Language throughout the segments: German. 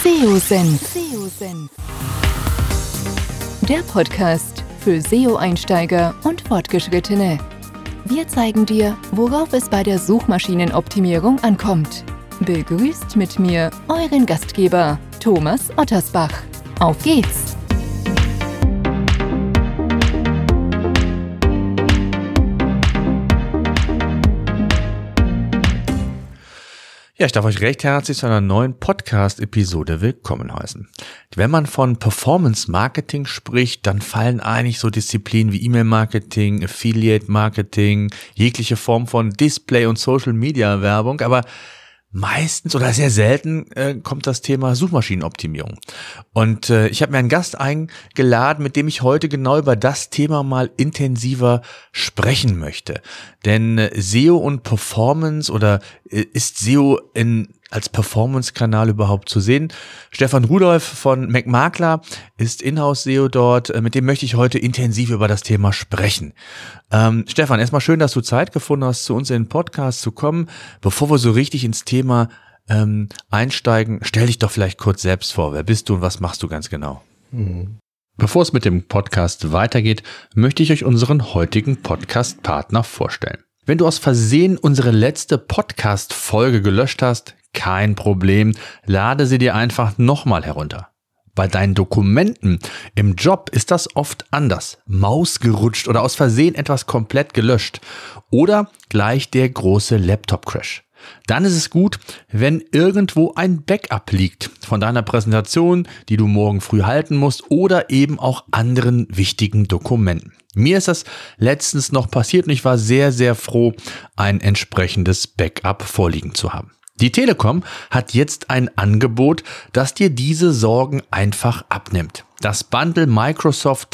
SEO-Senf. Der Podcast für SEO-Einsteiger und Fortgeschrittene. Wir zeigen dir, worauf es bei der Suchmaschinenoptimierung ankommt. Begrüßt mit mir euren Gastgeber, Thomas Ottersbach. Auf geht's! Ja, ich darf euch recht herzlich zu einer neuen Podcast-Episode willkommen heißen. Wenn man von Performance-Marketing spricht, dann fallen eigentlich so Disziplinen wie E-Mail-Marketing, Affiliate-Marketing, jegliche Form von Display- und Social-Media-Werbung, aber meistens oder sehr selten kommt das Thema Suchmaschinenoptimierung. Und ich habe mir einen Gast eingeladen, mit dem ich heute genau über das Thema mal intensiver sprechen möchte. Denn SEO und Performance oder ist SEO als Performance-Kanal überhaupt zu sehen? Stefan Rudolph von McMakler ist Inhouse-SEO dort. Mit dem möchte ich heute intensiv über das Thema sprechen. Stefan, erstmal schön, dass du Zeit gefunden hast, zu uns in den Podcast zu kommen. Bevor wir so richtig ins Thema einsteigen, stell dich doch vielleicht kurz selbst vor. Wer bist du und was machst du ganz genau? Bevor es mit dem Podcast weitergeht, möchte ich euch unseren heutigen Podcast-Partner vorstellen. Wenn du aus Versehen unsere letzte Podcast-Folge gelöscht hast, kein Problem, lade sie dir einfach nochmal herunter. Bei deinen Dokumenten im Job ist das oft anders. Maus gerutscht oder aus Versehen etwas komplett gelöscht. Oder gleich der große Laptop-Crash. Dann ist es gut, wenn irgendwo ein Backup liegt von deiner Präsentation, die du morgen früh halten musst oder eben auch anderen wichtigen Dokumenten. Mir ist das letztens noch passiert und ich war sehr, sehr froh, ein entsprechendes Backup vorliegen zu haben. Die Telekom hat jetzt ein Angebot, das dir diese Sorgen einfach abnimmt. Das Bundle Microsoft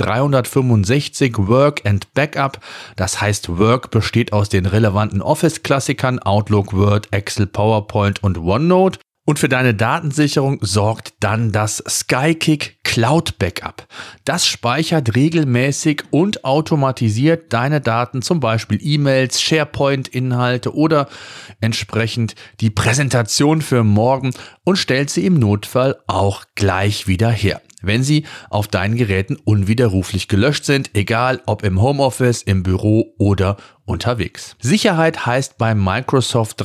365 Work and Backup, das heißt Work besteht aus den relevanten Office-Klassikern Outlook, Word, Excel, PowerPoint und OneNote. Und für deine Datensicherung sorgt dann das Skykick Cloud Backup. Das speichert regelmäßig und automatisiert deine Daten, zum Beispiel E-Mails, SharePoint-Inhalte oder entsprechend die Präsentation für morgen und stellt sie im Notfall auch gleich wieder her, wenn sie auf deinen Geräten unwiderruflich gelöscht sind, egal ob im Homeoffice, im Büro oder unterwegs. Sicherheit heißt bei Microsoft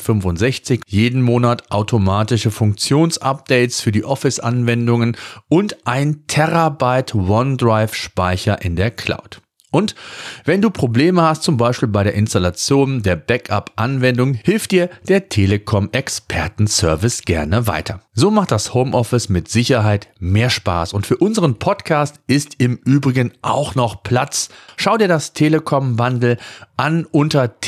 365 jeden Monat automatische Funktionsupdates für die Office-Anwendungen und 1 Terabyte OneDrive-Speicher in der Cloud. Und wenn du Probleme hast, zum Beispiel bei der Installation der Backup-Anwendung, hilft dir der Telekom-Experten-Service gerne weiter. So macht das Homeoffice mit Sicherheit mehr Spaß. Und für unseren Podcast ist im Übrigen auch noch Platz. Schau dir das Telekom-Bundle an unter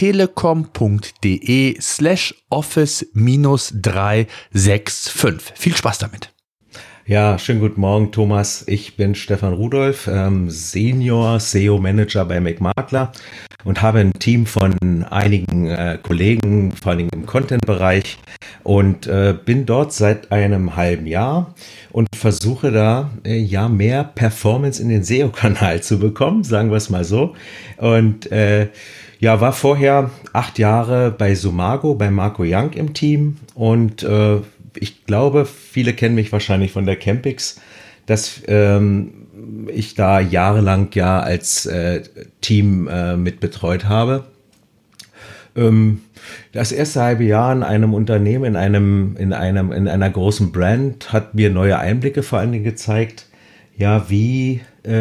telekom.de/office-365. Viel Spaß damit. Ja, schönen guten Morgen, Thomas. Ich bin Stefan Rudolph, Senior SEO Manager bei McMakler und habe ein Team von einigen Kollegen, vor allem im Content-Bereich, und bin dort seit einem halben Jahr und versuche da mehr Performance in den SEO-Kanal zu bekommen, sagen wir es mal so. Und war vorher 8 Jahre bei Sumago, bei Marco Young im Team und ich glaube, viele kennen mich wahrscheinlich von der Campix, dass ich da jahrelang als Team mit betreut habe. Das erste halbe Jahr in einem Unternehmen, in einer großen Brand hat mir neue Einblicke vor allen Dingen gezeigt, wie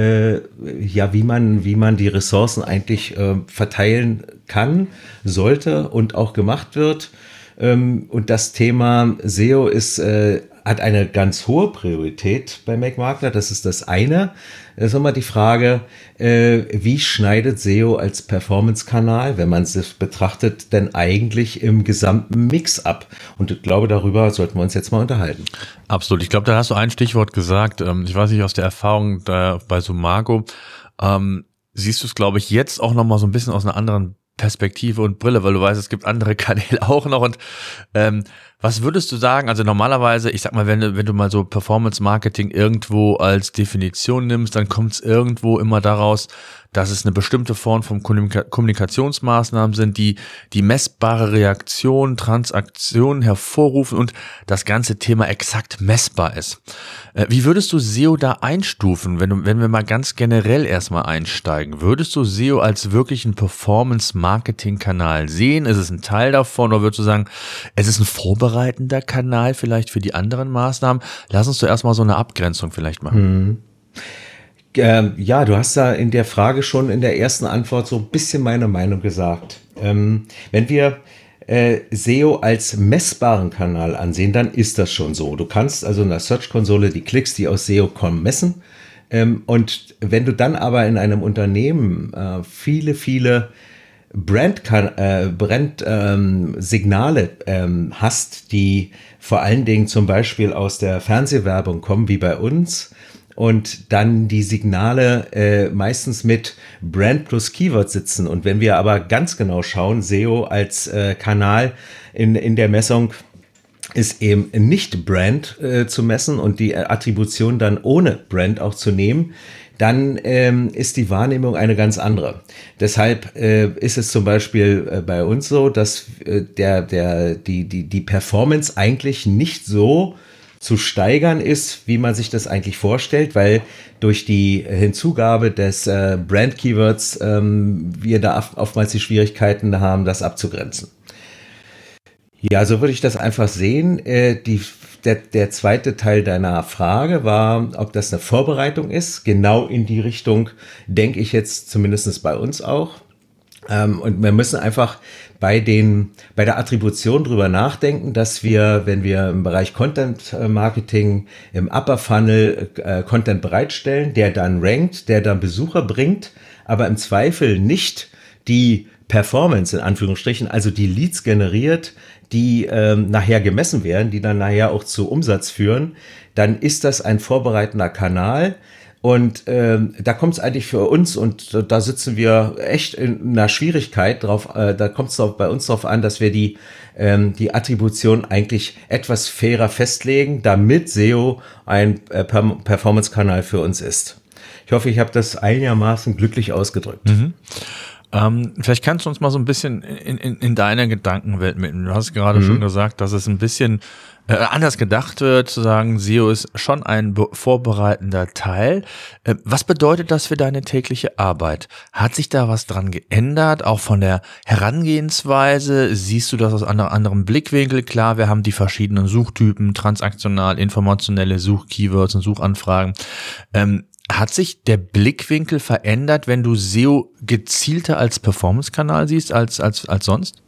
man die Ressourcen eigentlich verteilen kann, sollte und auch gemacht wird. Und das Thema SEO hat eine ganz hohe Priorität bei McMakler, das ist das eine. Das ist immer die Frage, wie schneidet SEO als Performance-Kanal, wenn man es betrachtet, denn eigentlich im gesamten Mix ab? Und ich glaube, darüber sollten wir uns jetzt mal unterhalten. Absolut, ich glaube, da hast du ein Stichwort gesagt, ich weiß nicht, aus der Erfahrung da bei Sumago, siehst du es, glaube ich, jetzt auch nochmal so ein bisschen aus einer anderen Perspektive und Brille, weil du weißt, es gibt andere Kanäle auch noch. Und was würdest du sagen, also normalerweise, ich sag mal, wenn du mal so Performance Marketing irgendwo als Definition nimmst, dann kommt es irgendwo immer daraus, dass es eine bestimmte Form von Kommunikationsmaßnahmen sind, die messbare Reaktionen, Transaktionen hervorrufen und das ganze Thema exakt messbar ist. Wie würdest du SEO da einstufen, wenn wir mal ganz generell erstmal einsteigen? Würdest du SEO als wirklichen Performance-Marketing-Kanal sehen? Ist es ein Teil davon oder würdest du sagen, es ist ein vorbereitender Kanal vielleicht für die anderen Maßnahmen? Lass uns doch erstmal so eine Abgrenzung vielleicht machen. Ja, du hast da in der Frage schon in der ersten Antwort so ein bisschen meine Meinung gesagt. Wenn wir SEO als messbaren Kanal ansehen, dann ist das schon so. Du kannst also in der Search-Konsole die Klicks, die aus SEO kommen, messen. Und wenn du dann aber in einem Unternehmen viele Brand-Signale hast, die vor allen Dingen zum Beispiel aus der Fernsehwerbung kommen, wie bei uns, und dann die Signale meistens mit Brand plus Keyword sitzen. Und wenn wir aber ganz genau schauen, SEO als Kanal in der Messung ist eben nicht Brand zu messen und die Attribution dann ohne Brand auch zu nehmen, dann ist die Wahrnehmung eine ganz andere. Deshalb ist es zum Beispiel bei uns so, dass die Performance eigentlich nicht so zu steigern ist, wie man sich das eigentlich vorstellt, weil durch die Hinzugabe des Brand-Keywords wir da oftmals die Schwierigkeiten haben, das abzugrenzen. Ja, so würde ich das einfach sehen. Der zweite Teil deiner Frage war, ob das eine Vorbereitung ist. Genau in die Richtung denke ich jetzt zumindest bei uns auch. Und wir müssen einfach bei der Attribution drüber nachdenken, dass wir, wenn wir im Bereich Content Marketing im Upper Funnel Content bereitstellen, der dann rankt, der dann Besucher bringt, aber im Zweifel nicht die Performance in Anführungsstrichen, also die Leads generiert, die nachher gemessen werden, die dann nachher auch zu Umsatz führen, dann ist das ein vorbereitender Kanal. Und da kommt es eigentlich für uns, und da sitzen wir echt in einer Schwierigkeit drauf, da kommt es bei uns darauf an, dass wir die Attribution eigentlich etwas fairer festlegen, damit SEO ein Performance-Kanal für uns ist. Ich hoffe, ich habe das einigermaßen glücklich ausgedrückt. Vielleicht kannst du uns mal so ein bisschen in deine Gedankenwelt mitnehmen. Du hast gerade schon gesagt, dass es ein bisschen anders gedacht wird, zu sagen, SEO ist schon ein vorbereitender Teil. Was bedeutet das für deine tägliche Arbeit? Hat sich da was dran geändert, auch von der Herangehensweise? Siehst du das aus einem anderen Blickwinkel? Klar, wir haben die verschiedenen Suchtypen, transaktional, informationelle Suchkeywords und Suchanfragen. Hat sich der Blickwinkel verändert, wenn du SEO gezielter als Performance-Kanal siehst als sonst?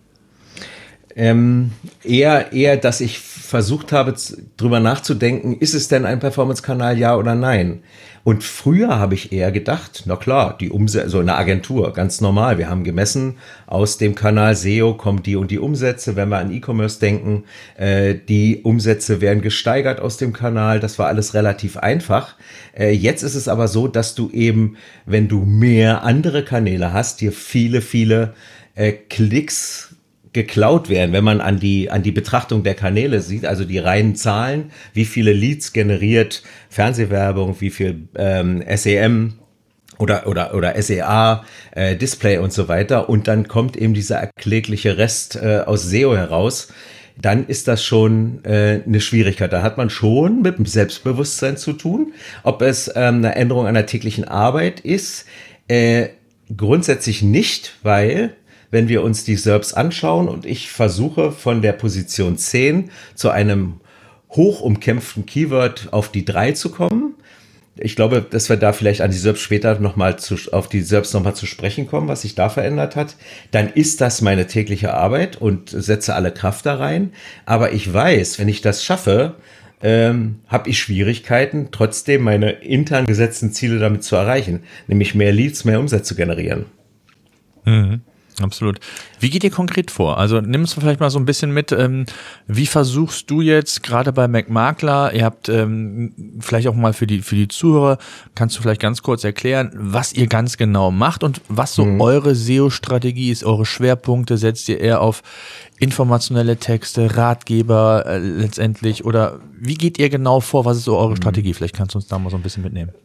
Eher, dass ich versucht habe, drüber nachzudenken, ist es denn ein Performance-Kanal, ja oder nein? Und früher habe ich eher gedacht, na klar, die Umsätze, so eine Agentur, ganz normal. Wir haben gemessen, aus dem Kanal SEO kommen die und die Umsätze. Wenn wir an E-Commerce denken, die Umsätze werden gesteigert aus dem Kanal. Das war alles relativ einfach. Jetzt ist es aber so, dass du eben, wenn du mehr andere Kanäle hast, dir viele Klicks geklaut werden, wenn man an die Betrachtung der Kanäle sieht, also die reinen Zahlen, wie viele Leads generiert Fernsehwerbung, wie viel SEM oder SEA, Display und so weiter, und dann kommt eben dieser erklägliche Rest aus SEO heraus, dann ist das schon eine Schwierigkeit. Da hat man schon mit dem Selbstbewusstsein zu tun. Ob es eine Änderung einer täglichen Arbeit ist, grundsätzlich nicht, weil wenn wir uns die SERPs anschauen und ich versuche von der Position 10 zu einem hoch umkämpften Keyword auf die 3 zu kommen, ich glaube, dass wir da vielleicht an die SERPs später auf die SERPs nochmal zu sprechen kommen, was sich da verändert hat, dann ist das meine tägliche Arbeit und setze alle Kraft da rein. Aber ich weiß, wenn ich das schaffe, habe ich Schwierigkeiten, trotzdem meine intern gesetzten Ziele damit zu erreichen, nämlich mehr Leads, mehr Umsatz zu generieren. Absolut. Wie geht ihr konkret vor? Also nimm uns vielleicht mal so ein bisschen mit, wie versuchst du jetzt gerade bei McMakler, ihr habt vielleicht auch mal für die Zuhörer, kannst du vielleicht ganz kurz erklären, was ihr ganz genau macht und was so eure SEO-Strategie ist, eure Schwerpunkte, setzt ihr eher auf informationelle Texte, Ratgeber letztendlich, oder wie geht ihr genau vor, was ist so eure Strategie? Vielleicht kannst du uns da mal so ein bisschen mitnehmen.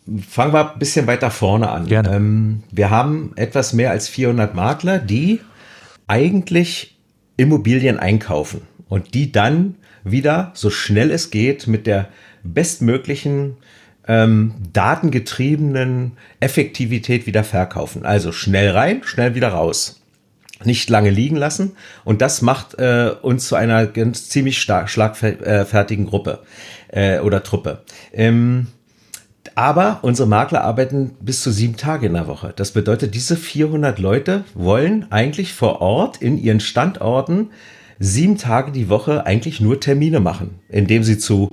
fangen wir ein bisschen weiter vorne an. Gerne. Wir haben etwas mehr als 400 Makler, die eigentlich Immobilien einkaufen und die dann wieder, so schnell es geht, mit der bestmöglichen datengetriebenen Effektivität wieder verkaufen. Also schnell rein, schnell wieder raus. Nicht lange liegen lassen. Und das macht uns zu einer ganz ziemlich schlagfertigen Gruppe oder Truppe. Aber unsere Makler arbeiten bis zu 7 Tage in der Woche. Das bedeutet, diese 400 Leute wollen eigentlich vor Ort in ihren Standorten 7 Tage die Woche eigentlich nur Termine machen, indem sie zu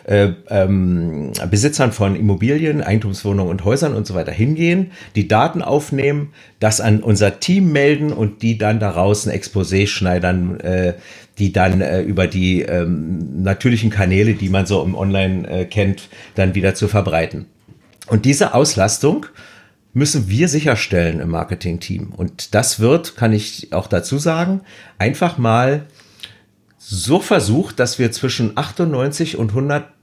Besitzern von Immobilien, Eigentumswohnungen und Häusern und so weiter hingehen, die Daten aufnehmen, das an unser Team melden und die dann daraus ein Exposé schneidern, die dann über die natürlichen Kanäle, die man so im Online kennt, dann wieder zu verbreiten. Und diese Auslastung müssen wir sicherstellen im Marketing-Team. Und das wird, kann ich auch dazu sagen, einfach mal so versucht, dass wir zwischen 98 und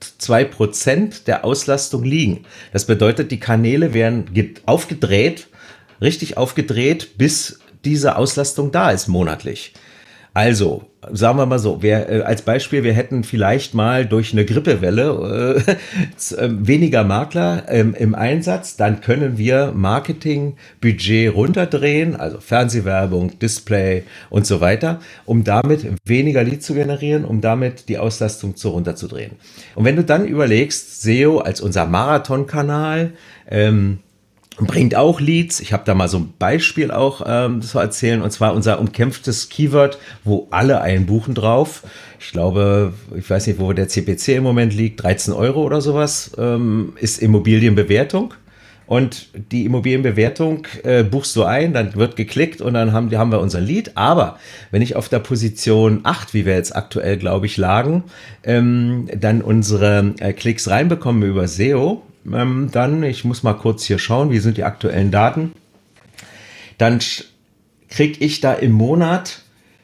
102% der Auslastung liegen. Das bedeutet, die Kanäle werden aufgedreht, richtig aufgedreht, bis diese Auslastung da ist monatlich. Also, sagen wir mal so, als Beispiel, wir hätten vielleicht mal durch eine Grippewelle weniger Makler im Einsatz, dann können wir Marketingbudget runterdrehen, also Fernsehwerbung, Display und so weiter, um damit weniger Leads zu generieren, um damit die Auslastung runterzudrehen. Und wenn du dann überlegst, SEO als unser Marathonkanal, bringt auch Leads. Ich habe da mal so ein Beispiel auch zu erzählen, und zwar unser umkämpftes Keyword, wo alle einbuchen drauf. Ich glaube, ich weiß nicht, wo der CPC im Moment liegt, 13 Euro oder sowas, ist Immobilienbewertung. Und die Immobilienbewertung buchst du ein, dann wird geklickt und dann haben wir unseren Lead. Aber wenn ich auf der Position 8, wie wir jetzt aktuell, glaube ich, lagen, dann unsere Klicks reinbekommen über SEO, dann, ich muss mal kurz hier schauen, wie sind die aktuellen Daten, dann kriege ich da im Monat,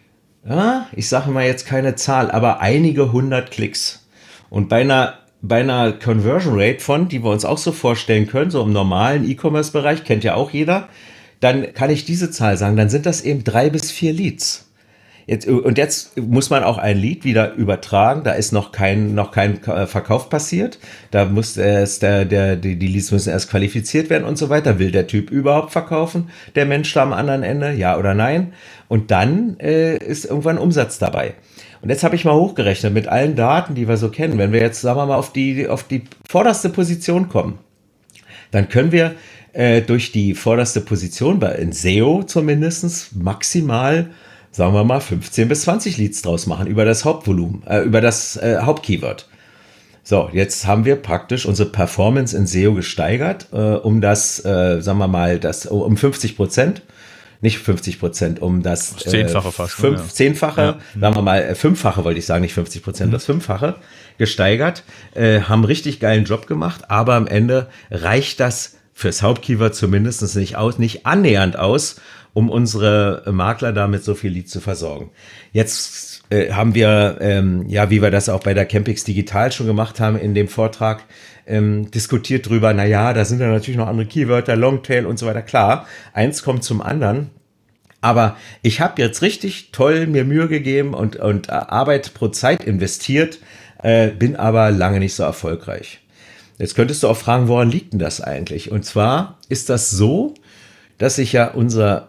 ja, ich sage mal jetzt keine Zahl, aber einige 100 Klicks. Und bei einer Conversion Rate von, die wir uns auch so vorstellen können, so im normalen E-Commerce-Bereich, kennt ja auch jeder, dann kann ich diese Zahl sagen, dann sind das eben 3 bis 4 Leads. Jetzt muss man auch ein Lead wieder übertragen, da ist noch kein Verkauf passiert, da muss die Leads müssen erst qualifiziert werden und so weiter. Will der Typ überhaupt verkaufen, der Mensch da am anderen Ende, ja oder nein? Und dann ist irgendwann Umsatz dabei. Und jetzt habe ich mal hochgerechnet mit allen Daten, die wir so kennen. Wenn wir jetzt, sagen wir mal, auf die vorderste Position kommen, dann können wir durch die vorderste Position, in SEO zumindest, maximal, sagen wir mal, 15 bis 20 Leads draus machen über das Hauptvolumen, über das Hauptkeyword. So, jetzt haben wir praktisch unsere Performance in SEO gesteigert, um das, sagen wir mal, um 50%, nicht 50%, um das Zehnfache fast. Zehnfache, sagen wir mal, 5-fache wollte ich sagen, nicht 50%, das 5-fache gesteigert, haben richtig geilen Job gemacht, aber am Ende reicht das fürs Hauptkeyword zumindest nicht annähernd aus, um unsere Makler damit so viel Leads zu versorgen. Jetzt haben wir, wie wir das auch bei der Campix Digital schon gemacht haben in dem Vortrag, diskutiert drüber, da sind ja natürlich noch andere Keywörter, Longtail und so weiter. Klar, eins kommt zum anderen. Aber ich habe jetzt richtig toll mir Mühe gegeben und Arbeit pro Zeit investiert, bin aber lange nicht so erfolgreich. Jetzt könntest du auch fragen, woran liegt denn das eigentlich? Und zwar ist das so, dass sich ja unser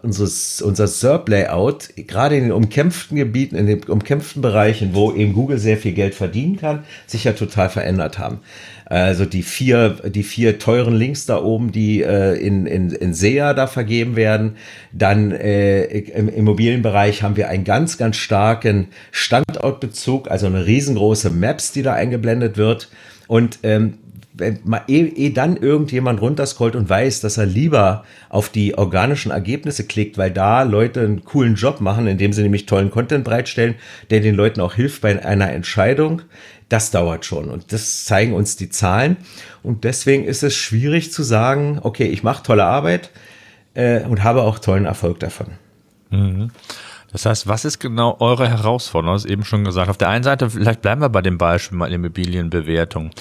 SERP-Layout gerade in den umkämpften Gebieten, in den umkämpften Bereichen, wo eben Google sehr viel Geld verdienen kann, sich ja total verändert haben. Also die vier teuren Links da oben, die in SEA da vergeben werden. Dann im Immobilienbereich haben wir einen ganz, ganz starken Standortbezug, also eine riesengroße Maps, die da eingeblendet wird. Und wenn dann irgendjemand runterscrollt und weiß, dass er lieber auf die organischen Ergebnisse klickt, weil da Leute einen coolen Job machen, indem sie nämlich tollen Content bereitstellen, der den Leuten auch hilft bei einer Entscheidung, das dauert schon. Und das zeigen uns die Zahlen. Und deswegen ist es schwierig zu sagen, okay, ich mache tolle Arbeit und habe auch tollen Erfolg davon. Mhm. Das heißt, was ist genau eure Herausforderung? Du hast eben schon gesagt, auf der einen Seite, vielleicht bleiben wir bei dem Beispiel mal Immobilienbewertung.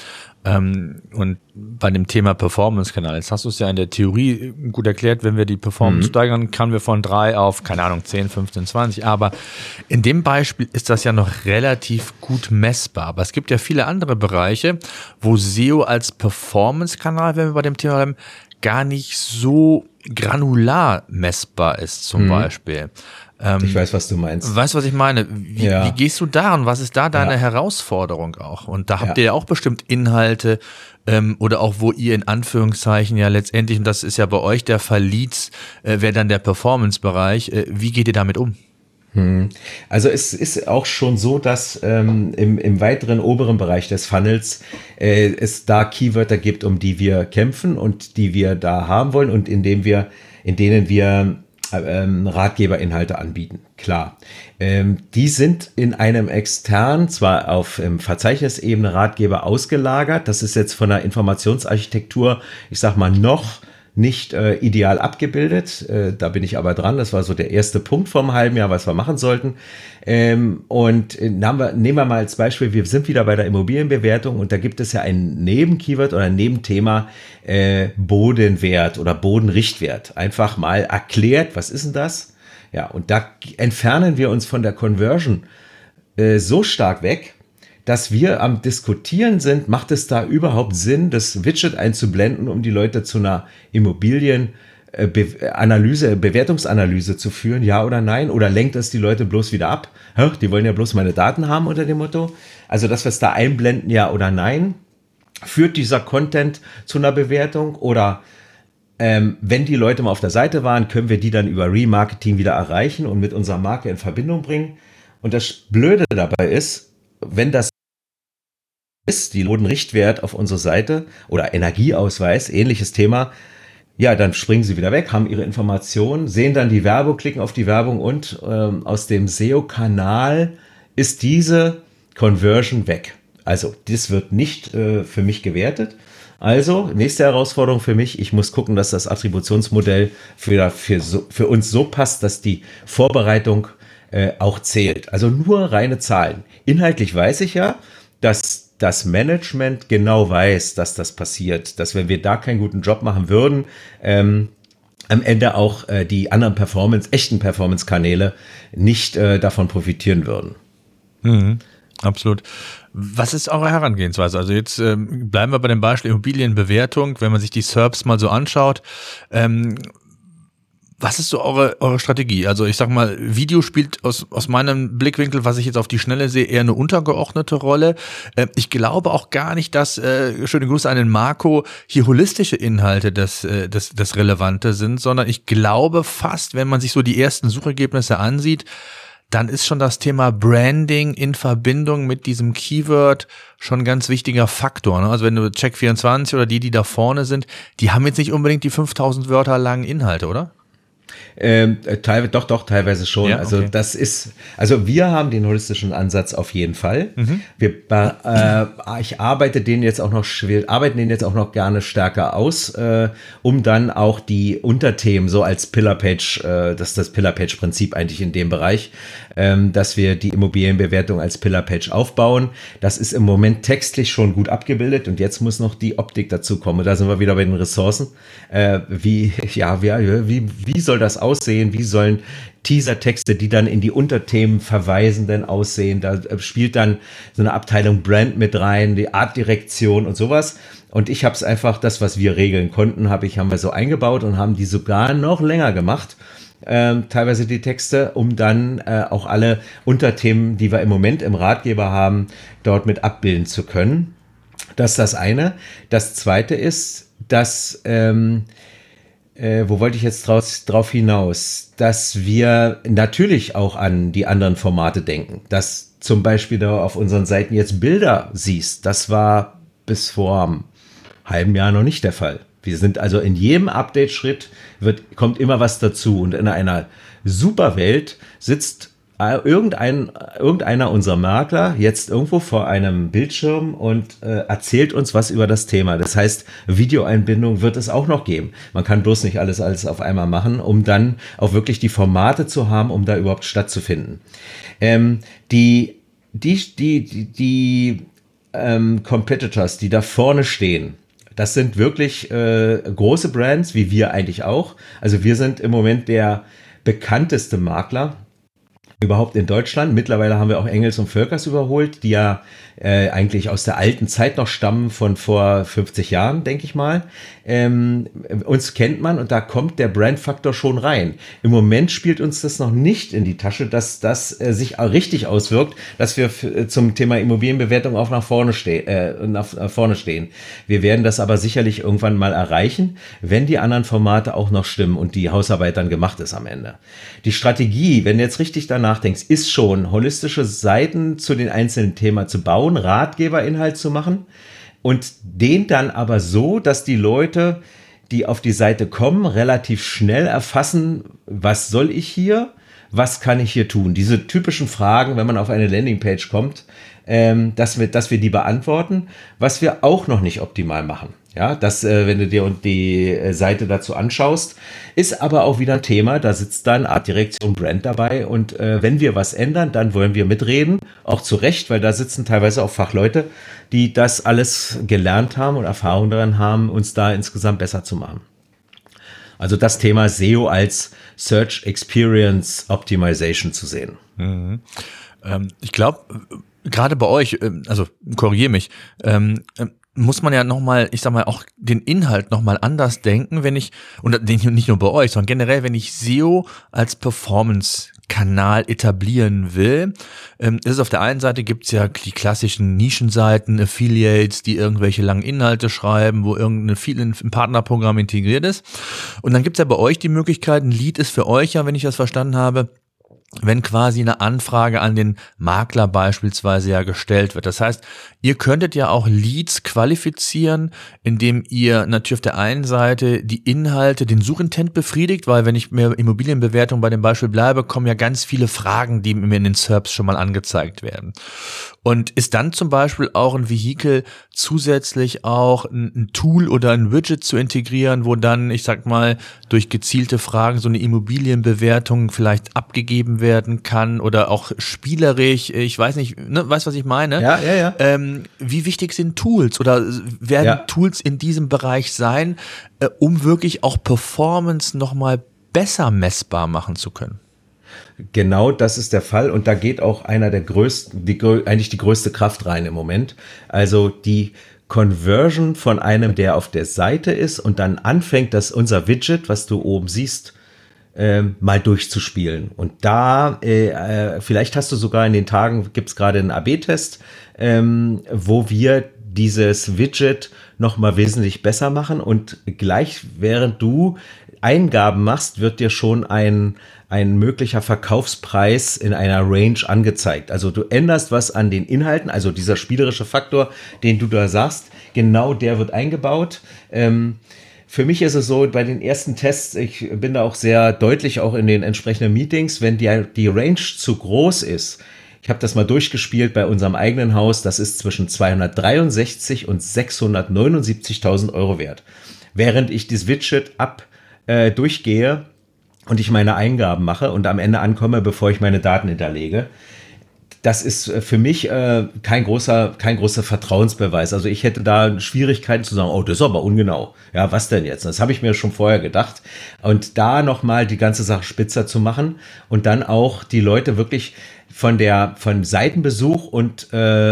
Und bei dem Thema Performance-Kanal, jetzt hast du es ja in der Theorie gut erklärt, wenn wir die Performance steigern, kamen wir von 3 auf, keine Ahnung, 10, 15, 20. Aber in dem Beispiel ist das ja noch relativ gut messbar. Aber es gibt ja viele andere Bereiche, wo SEO als Performance-Kanal, wenn wir bei dem Thema bleiben, gar nicht so granular messbar ist zum Beispiel. Ich weiß, was du meinst. Weißt du, was ich meine? Wie gehst du daran? Was ist da deine Herausforderung auch? Und da habt ihr ja auch bestimmt Inhalte oder auch, wo ihr in Anführungszeichen ja letztendlich, und das ist ja bei euch der Fall, Leads, wäre dann der Performance-Bereich. Wie geht ihr damit um? Also es ist auch schon so, dass im weiteren oberen Bereich des Funnels es da Keywörter gibt, um die wir kämpfen und die wir da haben wollen und in denen wir Ratgeberinhalte anbieten. Klar. Die sind in einem extern, zwar auf Verzeichnisebene Ratgeber ausgelagert, das ist jetzt von der Informationsarchitektur, ich sag mal, noch nicht ideal abgebildet. Da bin ich aber dran. Das war so der erste Punkt vom halben Jahr, was wir machen sollten. Nehmen wir mal als Beispiel, wir sind wieder bei der Immobilienbewertung und da gibt es ja ein Nebenkeyword oder ein Nebenthema Bodenwert oder Bodenrichtwert. Einfach mal erklärt, was ist denn das? Ja, und da entfernen wir uns von der Conversion so stark weg, dass wir am Diskutieren sind, macht es da überhaupt Sinn, das Widget einzublenden, um die Leute zu einer Bewertungsanalyse zu führen, ja oder nein? Oder lenkt es die Leute bloß wieder ab? Die wollen ja bloß meine Daten haben unter dem Motto. Also, dass wir es da einblenden, ja oder nein? Führt dieser Content zu einer Bewertung? Oder wenn die Leute mal auf der Seite waren, können wir die dann über Remarketing wieder erreichen und mit unserer Marke in Verbindung bringen? Und das Blöde dabei ist, wenn das ist, die Bodenrichtwert auf unserer Seite oder Energieausweis, ähnliches Thema, ja, dann springen sie wieder weg, haben ihre Informationen, sehen dann die Werbung, klicken auf die Werbung und aus dem SEO-Kanal ist diese Conversion weg. Also, das wird nicht für mich gewertet. Also, nächste Herausforderung für mich, ich muss gucken, dass das Attributionsmodell für uns so passt, dass die Vorbereitung auch zählt. Also nur reine Zahlen. Inhaltlich weiß ich ja, dass das Management genau weiß, dass das passiert, dass wenn wir da keinen guten Job machen würden, am Ende auch die anderen echten Performance-Kanäle nicht davon profitieren würden. Absolut. Was ist eure Herangehensweise? Also jetzt bleiben wir bei dem Beispiel Immobilienbewertung. Wenn man sich die SERPs mal so anschaut, was ist so eure Strategie? Also ich sag mal, Video spielt aus meinem Blickwinkel, was ich jetzt auf die Schnelle sehe, eher eine untergeordnete Rolle. Ich glaube auch gar nicht, dass, schöne Grüße an den Marco, hier holistische Inhalte das Relevante sind, sondern ich glaube fast, wenn man sich so die ersten Suchergebnisse ansieht, dann ist schon das Thema Branding in Verbindung mit diesem Keyword schon ein ganz wichtiger Faktor. Ne? Also wenn du Check24 oder die da vorne sind, die haben jetzt nicht unbedingt die 5000 Wörter langen Inhalte, oder? Teilweise schon. Ja, also okay. Wir haben den holistischen Ansatz auf jeden Fall. Ich arbeite den jetzt auch noch gerne stärker aus, um dann auch die Unterthemen so als Pillar-Page, das ist das Pillar-Page-Prinzip eigentlich in dem Bereich, dass wir die Immobilienbewertung als Pillar-Page aufbauen. Das ist im Moment textlich schon gut abgebildet und jetzt muss noch die Optik dazu kommen. Und da sind wir wieder bei den Ressourcen. Wie soll das aussehen? Wie sollen Teasertexte, die dann in die Unterthemen verweisen, denn aussehen? Da spielt dann so eine Abteilung Brand mit rein, die Artdirektion und sowas. Und ich habe es einfach, das, was wir regeln konnten, haben wir so eingebaut und haben die sogar noch länger gemacht. Teilweise die Texte, um dann auch alle Unterthemen, die wir im Moment im Ratgeber haben, dort mit abbilden zu können. Das ist das eine. Das zweite ist, dass wo wollte ich jetzt drauf hinaus? Dass wir natürlich auch an die anderen Formate denken. Dass zum Beispiel da auf unseren Seiten jetzt Bilder siehst. Das war bis vor einem halben Jahr noch nicht der Fall. Wir sind also in jedem Update-Schritt kommt immer was dazu. Und in einer Superwelt sitzt irgendeiner unserer Makler jetzt irgendwo vor einem Bildschirm und erzählt uns was über das Thema. Das heißt, Videoeinbindung wird es auch noch geben. Man kann bloß nicht alles auf einmal machen, um dann auch wirklich die Formate zu haben, um da überhaupt stattzufinden. Die Competitors, die da vorne stehen, das sind wirklich große Brands, wie wir eigentlich auch. Also wir sind im Moment der bekannteste Makler überhaupt in Deutschland. Mittlerweile haben wir auch Engels und Völkers überholt, die ja eigentlich aus der alten Zeit noch stammen, von vor 50 Jahren, denke ich mal. Uns kennt man und da kommt der Brandfaktor schon rein. Im Moment spielt uns das noch nicht in die Tasche, dass das sich richtig auswirkt, dass wir zum Thema Immobilienbewertung auch nach vorne stehen. Wir werden das aber sicherlich irgendwann mal erreichen, wenn die anderen Formate auch noch stimmen und die Hausarbeit dann gemacht ist am Ende. Die Strategie, wenn du jetzt richtig danach nachdenkst, ist schon, holistische Seiten zu den einzelnen Themen zu bauen, Ratgeberinhalt zu machen und den dann aber so, dass die Leute, die auf die Seite kommen, relativ schnell erfassen, was soll ich hier, was kann ich hier tun? Diese typischen Fragen, wenn man auf eine Landingpage kommt, dass wir die beantworten, was wir auch noch nicht optimal machen. Ja, das, wenn du dir die Seite dazu anschaust, ist aber auch wieder ein Thema, da sitzt dann Artdirektion Brand dabei und wenn wir was ändern, dann wollen wir mitreden, auch zu Recht, weil da sitzen teilweise auch Fachleute, die das alles gelernt haben und Erfahrung daran haben, uns da insgesamt besser zu machen. Also das Thema SEO als Search Experience Optimization zu sehen. Mhm. Ich glaube, gerade bei euch, also korrigiere mich, muss man ja nochmal, ich sag mal, auch den Inhalt nochmal anders denken, wenn ich, und nicht nur bei euch, sondern generell, wenn ich SEO als Performance-Kanal etablieren will, ist es auf der einen Seite gibt's ja die klassischen Nischenseiten, Affiliates, die irgendwelche langen Inhalte schreiben, wo ein Partnerprogramm integriert ist. Und dann gibt's ja bei euch die Möglichkeit, ein Lead ist für euch ja, wenn ich das verstanden habe, wenn quasi eine Anfrage an den Makler beispielsweise ja gestellt wird. Das heißt, ihr könntet ja auch Leads qualifizieren, indem ihr natürlich auf der einen Seite die Inhalte, den Suchintent befriedigt, weil wenn ich mir Immobilienbewertung bei dem Beispiel bleibe, kommen ja ganz viele Fragen, die mir in den SERPs schon mal angezeigt werden. Und ist dann zum Beispiel auch ein Vehikel zusätzlich auch ein Tool oder ein Widget zu integrieren, wo dann, ich sag mal, durch gezielte Fragen so eine Immobilienbewertung vielleicht abgegeben werden kann oder auch spielerisch, ich weiß nicht, ne, weißt was ich meine? Ja. Wie wichtig sind Tools oder werden Tools in diesem Bereich sein, um wirklich auch Performance nochmal besser messbar machen zu können? Genau, das ist der Fall und da geht auch einer der größten, eigentlich die größte Kraft rein im Moment. Also die Conversion von einem, der auf der Seite ist und dann anfängt, dass unser Widget, was du oben siehst, mal durchzuspielen. Und da, vielleicht hast du sogar in den Tagen, gibt es gerade einen AB-Test, wo wir dieses Widget nochmal wesentlich besser machen und gleich während du Eingaben machst, wird dir schon ein möglicher Verkaufspreis in einer Range angezeigt. Also du änderst was an den Inhalten, also dieser spielerische Faktor, den du da sagst, genau der wird eingebaut. Für mich ist es so, bei den ersten Tests, ich bin da auch sehr deutlich auch in den entsprechenden Meetings, wenn die Range zu groß ist, ich habe das mal durchgespielt bei unserem eigenen Haus, das ist zwischen 263 und 679.000 Euro wert. Während ich das Widget durchgehe und ich meine Eingaben mache und am Ende ankomme, bevor ich meine Daten hinterlege. Das ist für mich kein großer Vertrauensbeweis. Also ich hätte da Schwierigkeiten zu sagen, oh, das ist aber ungenau. Ja, was denn jetzt? Das habe ich mir schon vorher gedacht. Und da nochmal die ganze Sache spitzer zu machen und dann auch die Leute wirklich von Seitenbesuch und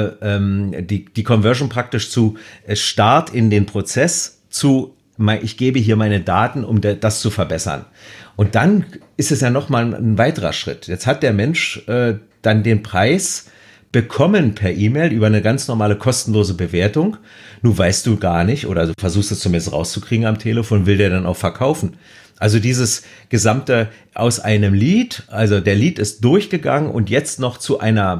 die Conversion praktisch zu Start in den Prozess zu, ich gebe hier meine Daten, um das zu verbessern. Und dann ist es ja nochmal ein weiterer Schritt. Jetzt hat der Mensch dann den Preis bekommen per E-Mail über eine ganz normale kostenlose Bewertung. Nun weißt du gar nicht, oder du versuchst es zumindest rauszukriegen am Telefon, will der dann auch verkaufen. Also dieses gesamte aus einem Lead, also der Lead ist durchgegangen und jetzt noch zu einem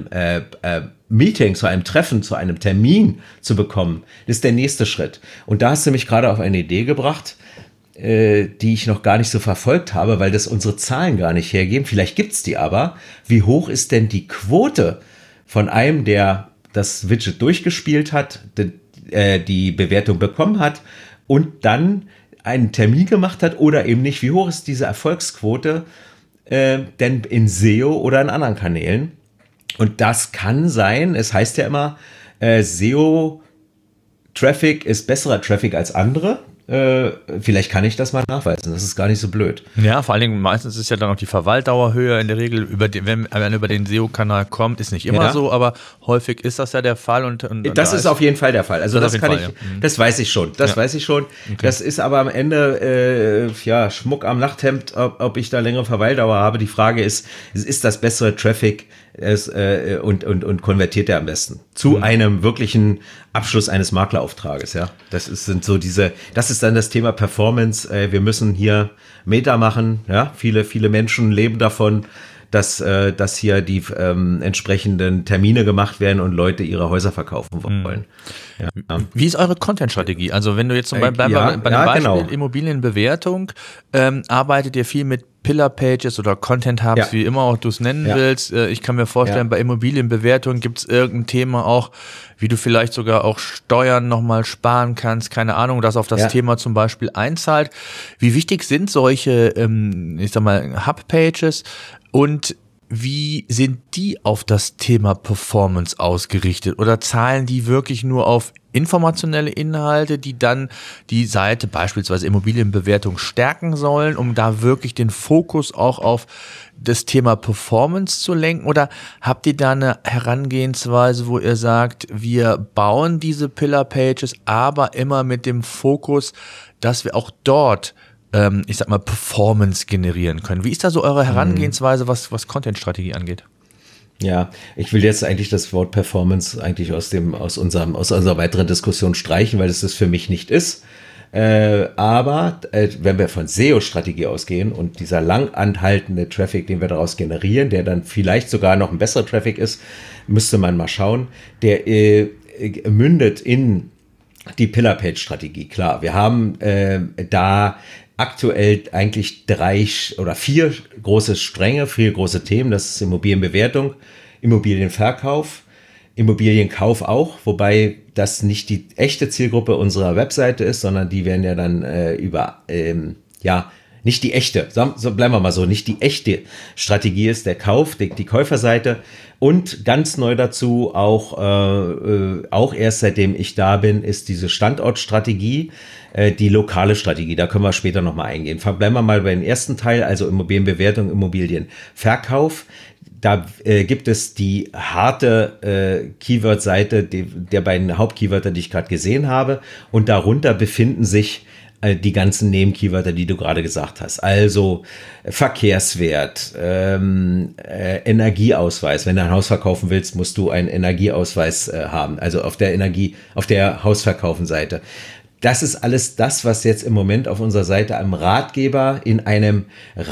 Meeting, zu einem Treffen, zu einem Termin zu bekommen, das ist der nächste Schritt. Und da hast du mich gerade auf eine Idee gebracht, die ich noch gar nicht so verfolgt habe, weil das unsere Zahlen gar nicht hergeben. Vielleicht gibt's die aber. Wie hoch ist denn die Quote von einem, der das Widget durchgespielt hat, die Bewertung bekommen hat und dann einen Termin gemacht hat oder eben nicht? Wie hoch ist diese Erfolgsquote denn in SEO oder in anderen Kanälen? Und das kann sein, es heißt ja immer, SEO-Traffic ist besserer Traffic als andere. Vielleicht kann ich das mal nachweisen. Das ist gar nicht so blöd. Ja, vor allen Dingen meistens ist ja dann auch die Verweildauer höher in der Regel, wenn man über den SEO-Kanal kommt, ist nicht immer so, aber häufig ist das ja der Fall. Und das ist auf jeden Fall der Fall. Also das weiß ich schon. Das weiß ich schon. Okay. Das ist aber am Ende Schmuck am Nachthemd, ob ich da längere Verweildauer habe. Die Frage ist das bessere Traffic und konvertiert er am besten zu einem wirklichen Abschluss eines Maklerauftrages, ja. Das ist dann das Thema Performance. Wir müssen hier Meta machen, ja. Viele Menschen leben davon, dass hier die entsprechenden Termine gemacht werden und Leute ihre Häuser verkaufen wollen. Ja. Wie ist eure Content-Strategie? Also wenn du jetzt bei dem Beispiel Immobilienbewertung, arbeitet ihr viel mit Pillar-Pages oder Content-Hubs, wie immer auch du es nennen willst. Ich kann mir vorstellen, bei Immobilienbewertung gibt es irgendein Thema auch, wie du vielleicht sogar auch Steuern nochmal sparen kannst, keine Ahnung, das auf das Thema zum Beispiel einzahlt. Wie wichtig sind solche, Hub-Pages und wie sind die auf das Thema Performance ausgerichtet oder zahlen die wirklich nur auf informationelle Inhalte, die dann die Seite beispielsweise Immobilienbewertung stärken sollen, um da wirklich den Fokus auch auf das Thema Performance zu lenken? Oder habt ihr da eine Herangehensweise, wo ihr sagt, wir bauen diese Pillar-Pages, aber immer mit dem Fokus, dass wir auch dort Performance generieren können? Wie ist da so eure Herangehensweise, was Content-Strategie angeht? Ja, ich will jetzt eigentlich das Wort Performance eigentlich aus unserer weiteren Diskussion streichen, weil es das für mich nicht ist. Aber wenn wir von SEO-Strategie ausgehen und dieser lang anhaltende Traffic, den wir daraus generieren, der dann vielleicht sogar noch ein besserer Traffic ist, müsste man mal schauen, der mündet in die Pillar-Page-Strategie. Klar, wir haben da aktuell eigentlich 3 oder 4 große Stränge, 4 große Themen. Das ist Immobilienbewertung, Immobilienverkauf, Immobilienkauf auch, wobei das nicht die echte Zielgruppe unserer Webseite ist, sondern die werden ja dann nicht die echte, so bleiben wir mal so, nicht die echte Strategie ist der Kauf, die Käuferseite. Und ganz neu dazu, auch erst seitdem ich da bin, ist diese Standortstrategie, die lokale Strategie. Da können wir später nochmal eingehen. Bleiben wir mal bei dem ersten Teil, also Immobilienbewertung, Immobilienverkauf. Da gibt es die harte Keyword-Seite der beiden Hauptkeywörter, die ich gerade gesehen habe. Und darunter befinden sich die ganzen Nebenkeywörter, die du gerade gesagt hast. Also Verkehrswert, Energieausweis. Wenn du ein Haus verkaufen willst, musst du einen Energieausweis haben. Also auf der Hausverkaufen-Seite. Das ist alles das, was jetzt im Moment auf unserer Seite am Ratgeber in einem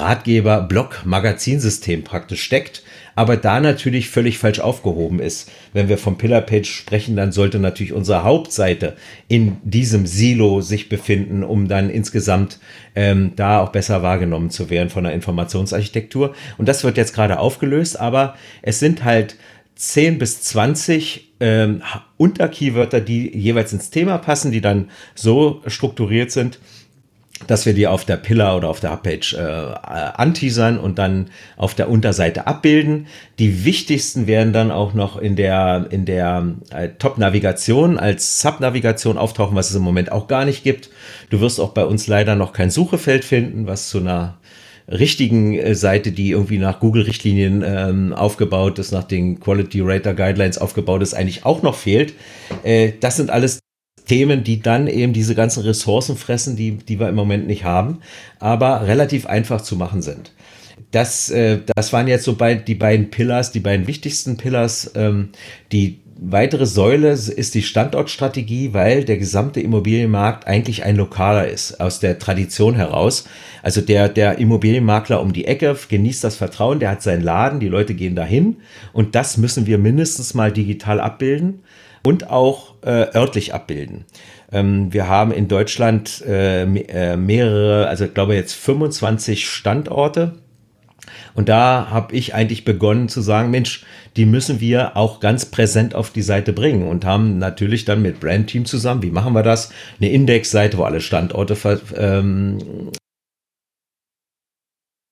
Ratgeber-Blog-Magazinsystem praktisch steckt, aber da natürlich völlig falsch aufgehoben ist. Wenn wir vom Pillar-Page sprechen, dann sollte natürlich unsere Hauptseite in diesem Silo sich befinden, um dann insgesamt da auch besser wahrgenommen zu werden von der Informationsarchitektur. Und das wird jetzt gerade aufgelöst, aber es sind halt 10 bis 20 Unterkeywörter, die jeweils ins Thema passen, die dann so strukturiert sind, dass wir die auf der Pillar oder auf der Hubpage anteasern und dann auf der Unterseite abbilden. Die wichtigsten werden dann auch noch in der Top-Navigation als Sub-Navigation auftauchen, was es im Moment auch gar nicht gibt. Du wirst auch bei uns leider noch kein Suchefeld finden, was zu einer richtigen Seite, die irgendwie nach Google-Richtlinien aufgebaut ist, nach den Quality Rater Guidelines aufgebaut ist, eigentlich auch noch fehlt. Das sind alles Themen, die dann eben diese ganzen Ressourcen fressen, die wir im Moment nicht haben, aber relativ einfach zu machen sind. Das waren jetzt so die beiden Pillars, die beiden wichtigsten Pillars. Die weitere Säule ist die Standortstrategie, weil der gesamte Immobilienmarkt eigentlich ein lokaler ist, aus der Tradition heraus. Also der Immobilienmakler um die Ecke genießt das Vertrauen, der hat seinen Laden, die Leute gehen dahin und das müssen wir mindestens mal digital abbilden und auch örtlich abbilden. Wir haben in Deutschland mehrere, also ich glaube jetzt 25 Standorte. Und da habe ich eigentlich begonnen zu sagen, Mensch, die müssen wir auch ganz präsent auf die Seite bringen und haben natürlich dann mit Brandteam zusammen, wie machen wir das? Eine Indexseite, wo alle Standorte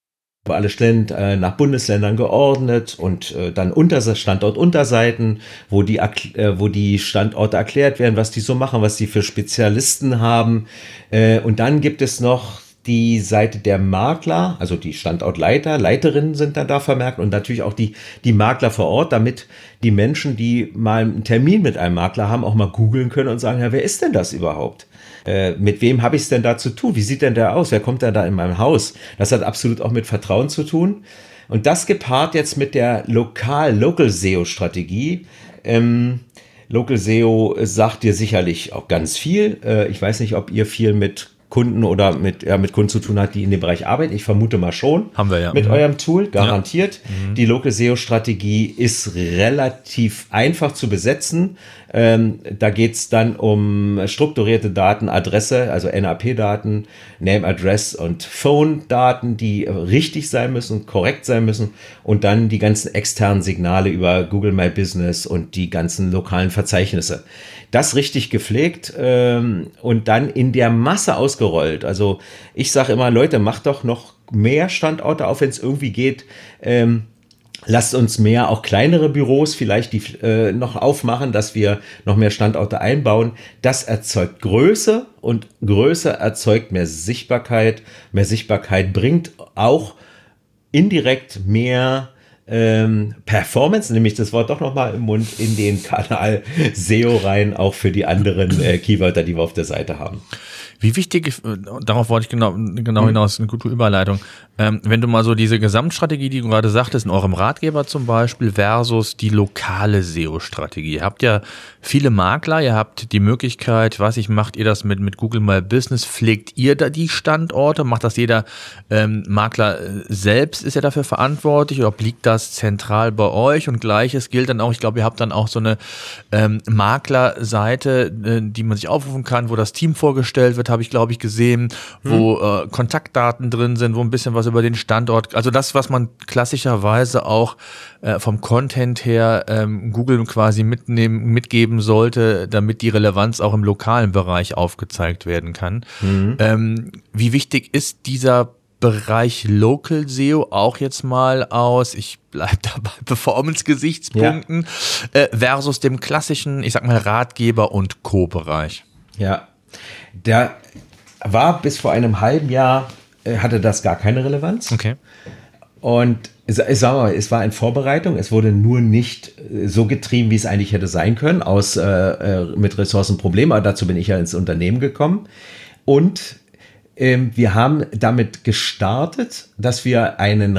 alle Stellen nach Bundesländern geordnet und dann Standortunterseiten, wo die Standorte erklärt werden, was die so machen, was die für Spezialisten haben. Und dann gibt es noch die Seite der Makler, also die Standortleiter, Leiterinnen sind dann da vermerkt und natürlich auch die Makler vor Ort, damit die Menschen, die mal einen Termin mit einem Makler haben, auch mal googeln können und sagen, ja, wer ist denn das überhaupt? Mit wem habe ich es denn da zu tun? Wie sieht denn der aus? Wer kommt denn da in meinem Haus? Das hat absolut auch mit Vertrauen zu tun. Und das gepaart jetzt mit der Local SEO-Strategie. Local SEO sagt dir sicherlich auch ganz viel. Ich weiß nicht, ob ihr viel mit Kunden oder mit Kunden zu tun hat, die in dem Bereich arbeiten. Ich vermute mal schon. Haben wir ja. Mit eurem Tool, garantiert. Ja. Die Local SEO-Strategie ist relativ einfach zu besetzen. Da geht es dann um strukturierte Daten, Adresse, also NAP-Daten, Name, Address und Phone-Daten, die richtig sein müssen, korrekt sein müssen und dann die ganzen externen Signale über Google My Business und die ganzen lokalen Verzeichnisse. Das richtig gepflegt und dann in der Masse ausgerollt. Also ich sage immer, Leute, macht doch noch mehr Standorte auf, wenn es irgendwie geht. Lasst uns mehr, auch kleinere Büros vielleicht die noch aufmachen, dass wir noch mehr Standorte einbauen. Das erzeugt Größe und Größe erzeugt mehr Sichtbarkeit. Mehr Sichtbarkeit bringt auch indirekt mehr Performance, nämlich das Wort doch nochmal im Mund, in den Kanal SEO rein, auch für die anderen Keywörter, die wir auf der Seite haben. Wie wichtig, darauf wollte ich genau hinaus, eine gute Überleitung, wenn du mal so diese Gesamtstrategie, die du gerade sagtest, in eurem Ratgeber zum Beispiel, versus die lokale SEO-Strategie. Ihr habt ja viele Makler, ihr habt die Möglichkeit, macht ihr das mit Google My Business, pflegt ihr da die Standorte, macht das jeder Makler selbst, ist ja dafür verantwortlich, oder obliegt das zentral bei euch? Und Gleiches gilt dann auch, ich glaube, ihr habt dann auch so eine Maklerseite, die man sich aufrufen kann, wo das Team vorgestellt wird, habe ich, glaube ich, gesehen, wo Kontaktdaten drin sind, wo ein bisschen was über den Standort, also das, was man klassischerweise auch vom Content her Google quasi mitgeben sollte, damit die Relevanz auch im lokalen Bereich aufgezeigt werden kann. Wie wichtig ist dieser Bereich Local SEO auch jetzt mal aus, ich bleibe dabei, Performance-Gesichtspunkten versus dem klassischen, ich sag mal, Ratgeber- und Co-Bereich? Ja, der war bis vor einem halben Jahr, hatte das gar keine Relevanz. Okay. Und ich sag mal, es war in Vorbereitung, es wurde nur nicht so getrieben, wie es eigentlich hätte sein können, mit Ressourcenproblemen, aber dazu bin ich ja ins Unternehmen gekommen. Und wir haben damit gestartet, dass wir eine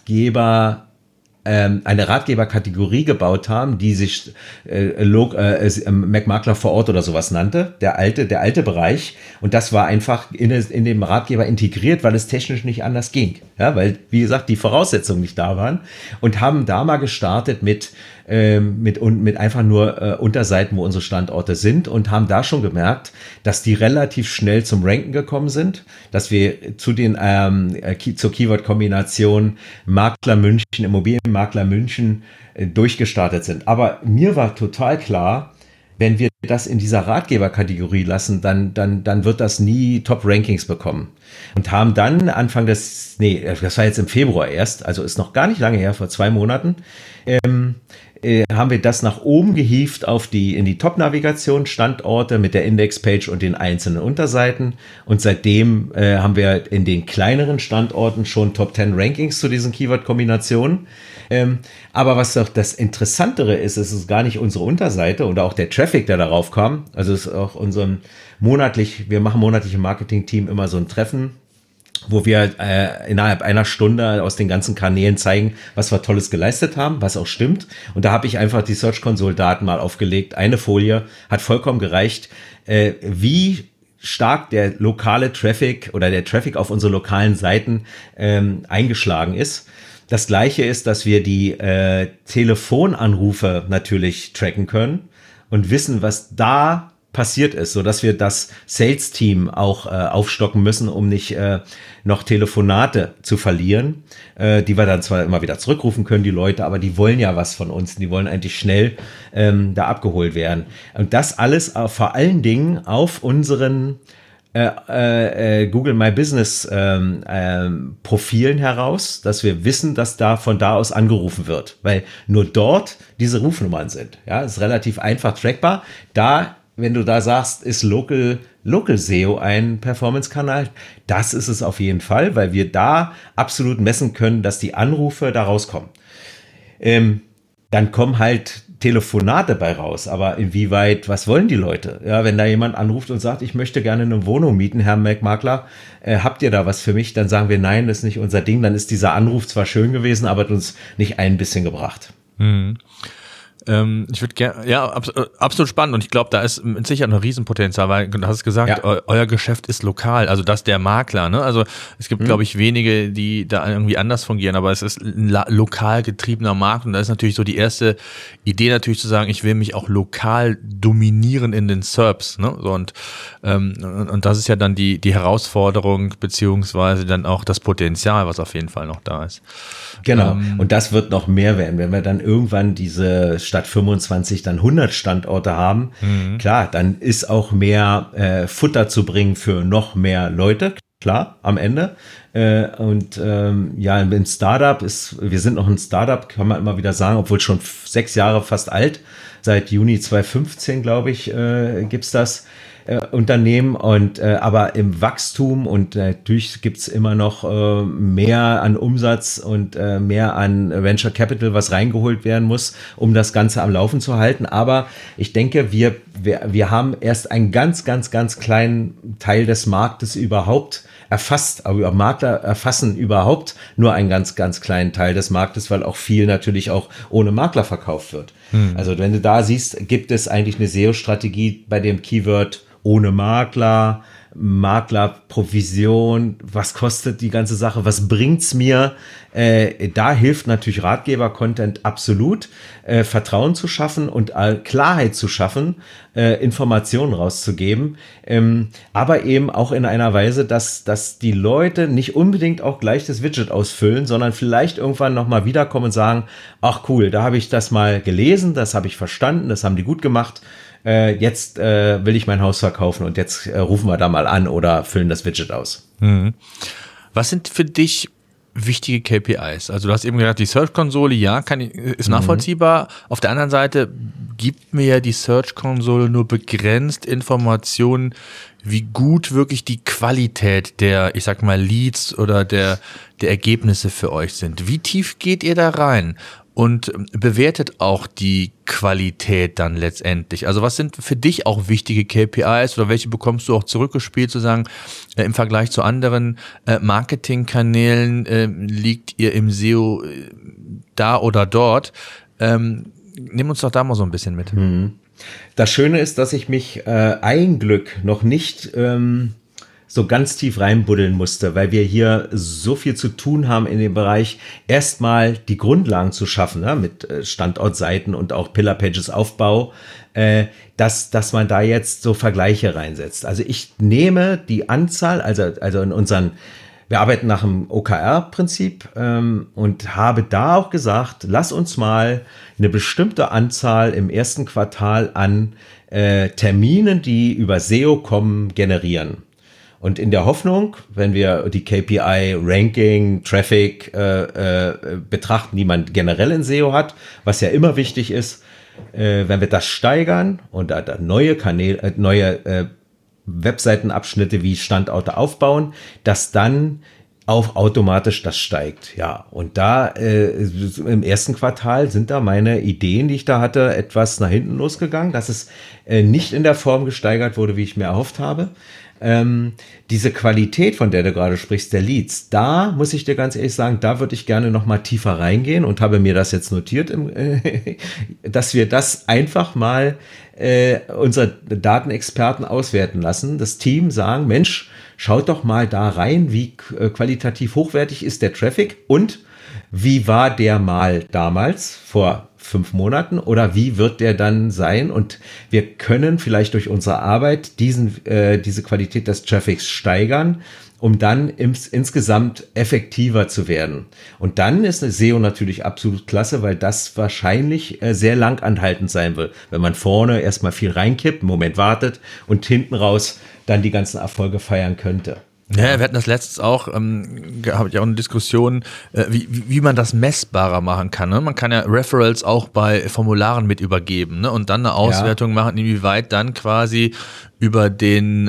Ratgeberkategorie gebaut haben, die sich MacMakler vor Ort oder sowas nannte, der alte Bereich. Und das war einfach in dem Ratgeber integriert, weil es technisch nicht anders ging. Ja, weil, wie gesagt, die Voraussetzungen nicht da waren. Und haben da mal gestartet mit einfach nur Unterseiten, wo unsere Standorte sind, und haben da schon gemerkt, dass die relativ schnell zum Ranken gekommen sind, dass wir zur Keyword-Kombination Makler München, Immobilienmakler München durchgestartet sind. Aber mir war total klar, wenn wir das in dieser Ratgeberkategorie lassen, dann wird das nie Top-Rankings bekommen. Und haben dann das war jetzt im Februar erst, also ist noch gar nicht lange her, vor 2 Monaten, haben wir das nach oben gehievt in die Top-Navigation, Standorte mit der Index-Page und den einzelnen Unterseiten. Und seitdem haben wir in den kleineren Standorten schon Top 10 Rankings zu diesen Keyword-Kombinationen. Aber was doch das Interessantere ist, es ist gar nicht unsere Unterseite oder auch der Traffic, der darauf kam. Also es ist auch wir machen monatlich im Marketing-Team immer so ein Treffen, wo wir innerhalb einer Stunde aus den ganzen Kanälen zeigen, was wir Tolles geleistet haben, was auch stimmt. Und da habe ich einfach die Search Console-Daten mal aufgelegt. Eine Folie hat vollkommen gereicht, wie stark der lokale Traffic oder der Traffic auf unsere lokalen Seiten eingeschlagen ist. Das Gleiche ist, dass wir die Telefonanrufe natürlich tracken können und wissen, was da passiert ist, so dass wir das Sales-Team auch aufstocken müssen, um nicht noch Telefonate zu verlieren, die wir dann zwar immer wieder zurückrufen können, die Leute, aber die wollen ja was von uns, die wollen eigentlich schnell da abgeholt werden. Und das alles vor allen Dingen auf unseren Google My Business Profilen heraus, dass wir wissen, dass von da aus angerufen wird, weil nur dort diese Rufnummern sind. Ja, ist relativ einfach trackbar. Wenn du da sagst, ist Local SEO ein Performance-Kanal, das ist es auf jeden Fall, weil wir da absolut messen können, dass die Anrufe da rauskommen. Dann kommen halt Telefonate bei raus, aber inwieweit, was wollen die Leute? Ja, wenn da jemand anruft und sagt, ich möchte gerne eine Wohnung mieten, Herr Makler, habt ihr da was für mich? Dann sagen wir, nein, das ist nicht unser Ding. Dann ist dieser Anruf zwar schön gewesen, aber hat uns nicht ein bisschen gebracht. Mhm. Ich würde gerne, ja, absolut spannend, und ich glaube, da ist mit Sicherheit noch Riesenpotenzial, weil du hast es gesagt, euer Geschäft ist lokal, also das der Makler, ne? Also es gibt, glaube ich, wenige, die da irgendwie anders fungieren, aber es ist ein lokal getriebener Markt, und da ist natürlich so die erste Idee natürlich zu sagen, ich will mich auch lokal dominieren in den SERPs, ne? So, und das ist ja dann die Herausforderung, beziehungsweise dann auch das Potenzial, was auf jeden Fall noch da ist. Genau, und das wird noch mehr werden, wenn wir dann irgendwann diese statt 25 dann 100 Standorte haben. Klar, dann ist auch mehr Futter zu bringen für noch mehr Leute, klar, am Ende. Im Startup wir sind noch ein Startup, kann man immer wieder sagen, obwohl schon 6 Jahre fast alt. Seit Juni 2015, glaube ich, gibt's das Unternehmen, aber im Wachstum, und natürlich gibt's immer noch mehr an Umsatz und mehr an Venture Capital, was reingeholt werden muss, um das Ganze am Laufen zu halten. Aber ich denke, wir haben erst einen ganz, ganz, ganz kleinen Teil des Marktes überhaupt erfasst, aber Makler erfassen überhaupt nur einen ganz, ganz kleinen Teil des Marktes, weil auch viel natürlich auch ohne Makler verkauft wird. Also wenn du da siehst, gibt es eigentlich eine SEO-Strategie bei dem Keyword ohne Makler, Maklerprovision, was kostet die ganze Sache, was bringt's mir? Da hilft natürlich Ratgeber-Content absolut, Vertrauen zu schaffen und Klarheit zu schaffen, Informationen rauszugeben, aber eben auch in einer Weise, dass die Leute nicht unbedingt auch gleich das Widget ausfüllen, sondern vielleicht irgendwann nochmal wiederkommen und sagen, ach cool, da habe ich das mal gelesen, das habe ich verstanden, das haben die gut gemacht. Jetzt will ich mein Haus verkaufen und jetzt rufen wir da mal an oder füllen das Widget aus. Was sind für dich wichtige KPIs? Also du hast eben gesagt, die Search-Konsole, ja, ist nachvollziehbar. Auf der anderen Seite gibt mir ja die Search-Konsole nur begrenzt Informationen, wie gut wirklich die Qualität der, ich sag mal, Leads oder der Ergebnisse für euch sind. Wie tief geht ihr da rein? Und bewertet auch die Qualität dann letztendlich. Also was sind für dich auch wichtige KPIs oder welche bekommst du auch zurückgespielt, zu sagen, im Vergleich zu anderen Marketingkanälen liegt ihr im SEO da oder dort? Nimm uns doch da mal so ein bisschen mit. Das Schöne ist, dass ich mich ein Glück noch nicht so ganz tief reinbuddeln musste, weil wir hier so viel zu tun haben in dem Bereich, erstmal die Grundlagen zu schaffen, ne, mit Standortseiten und auch Pillar-Pages Aufbau, dass man da jetzt so Vergleiche reinsetzt. Also ich nehme die Anzahl, also in wir arbeiten nach dem OKR-Prinzip und habe da auch gesagt, lass uns mal eine bestimmte Anzahl im ersten Quartal an Terminen, die über SEO kommen, generieren. Und in der Hoffnung, wenn wir die KPI Ranking, Traffic betrachten, die man generell in SEO hat, was ja immer wichtig ist, wenn wir das steigern und da neue Kanäle, neue Webseitenabschnitte wie Standorte aufbauen, dass dann auch automatisch das steigt. Ja, und da im ersten Quartal sind da meine Ideen, die ich da hatte, etwas nach hinten losgegangen, dass es nicht in der Form gesteigert wurde, wie ich mir erhofft habe. Diese Qualität, von der du gerade sprichst, der Leads, da muss ich dir ganz ehrlich sagen, da würde ich gerne noch mal tiefer reingehen und habe mir das jetzt notiert, dass wir das einfach mal unsere Datenexperten auswerten lassen, das Team sagen, Mensch, schaut doch mal da rein, wie qualitativ hochwertig ist der Traffic und wie war der mal damals vor 5 Monaten oder wie wird der dann sein? Und wir können vielleicht durch unsere Arbeit diese Qualität des Traffics steigern um dann insgesamt effektiver zu werden. Und dann ist eine SEO natürlich absolut klasse, weil das wahrscheinlich sehr lang anhaltend sein wird, wenn man vorne erstmal viel reinkippt, einen Moment wartet und hinten raus dann die ganzen Erfolge feiern könnte. Ja, wir hatten das letztens auch, habe ich auch eine Diskussion, wie man das messbarer machen kann. Ne? Man kann ja Referrals auch bei Formularen mit übergeben, ne? Und dann eine Auswertung machen, inwieweit dann quasi über den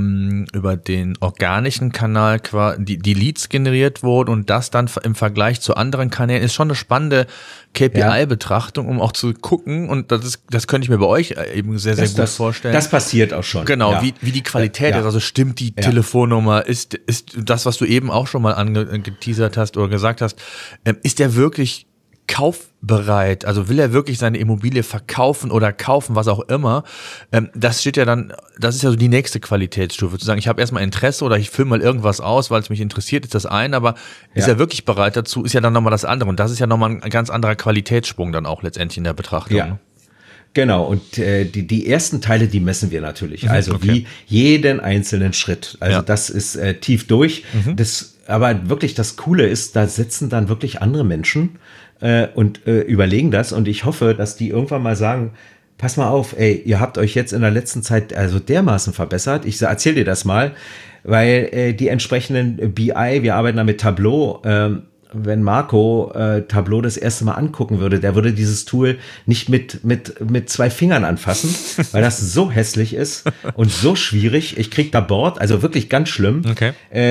organischen Kanal die Leads generiert wurden und das dann im Vergleich zu anderen Kanälen ist schon eine spannende KPI-Betrachtung, um auch zu gucken, und das könnte ich mir bei euch eben sehr, sehr gut vorstellen. Das passiert auch schon. Genau, wie die Qualität ist, also stimmt die Telefonnummer, ist das, was du eben auch schon mal angeteasert hast oder gesagt hast, ist der wirklich kaufbereit, also will er wirklich seine Immobilie verkaufen oder kaufen, was auch immer, das steht ja dann, das ist ja so die nächste Qualitätsstufe, zu sagen, ich habe erstmal Interesse oder ich fülle mal irgendwas aus, weil es mich interessiert, ist das eine, aber ist er wirklich bereit dazu, ist ja dann nochmal das andere, und das ist ja nochmal ein ganz anderer Qualitätssprung dann auch letztendlich in der Betrachtung. Ja. Genau, und die ersten Teile, die messen wir natürlich, also wie jeden einzelnen Schritt, also das ist tief durch, aber wirklich das Coole ist, da sitzen dann wirklich andere Menschen und überlegen das, und ich hoffe, dass die irgendwann mal sagen, pass mal auf, ey, ihr habt euch jetzt in der letzten Zeit also dermaßen verbessert, ich erzähl dir das mal, weil die entsprechenden BI, wir arbeiten da mit Tableau, wenn Marco Tableau das erste Mal angucken würde, der würde dieses Tool nicht mit 2 Fingern anfassen, weil das so hässlich ist und so schwierig. Ich krieg da Bord, also wirklich ganz schlimm. Okay.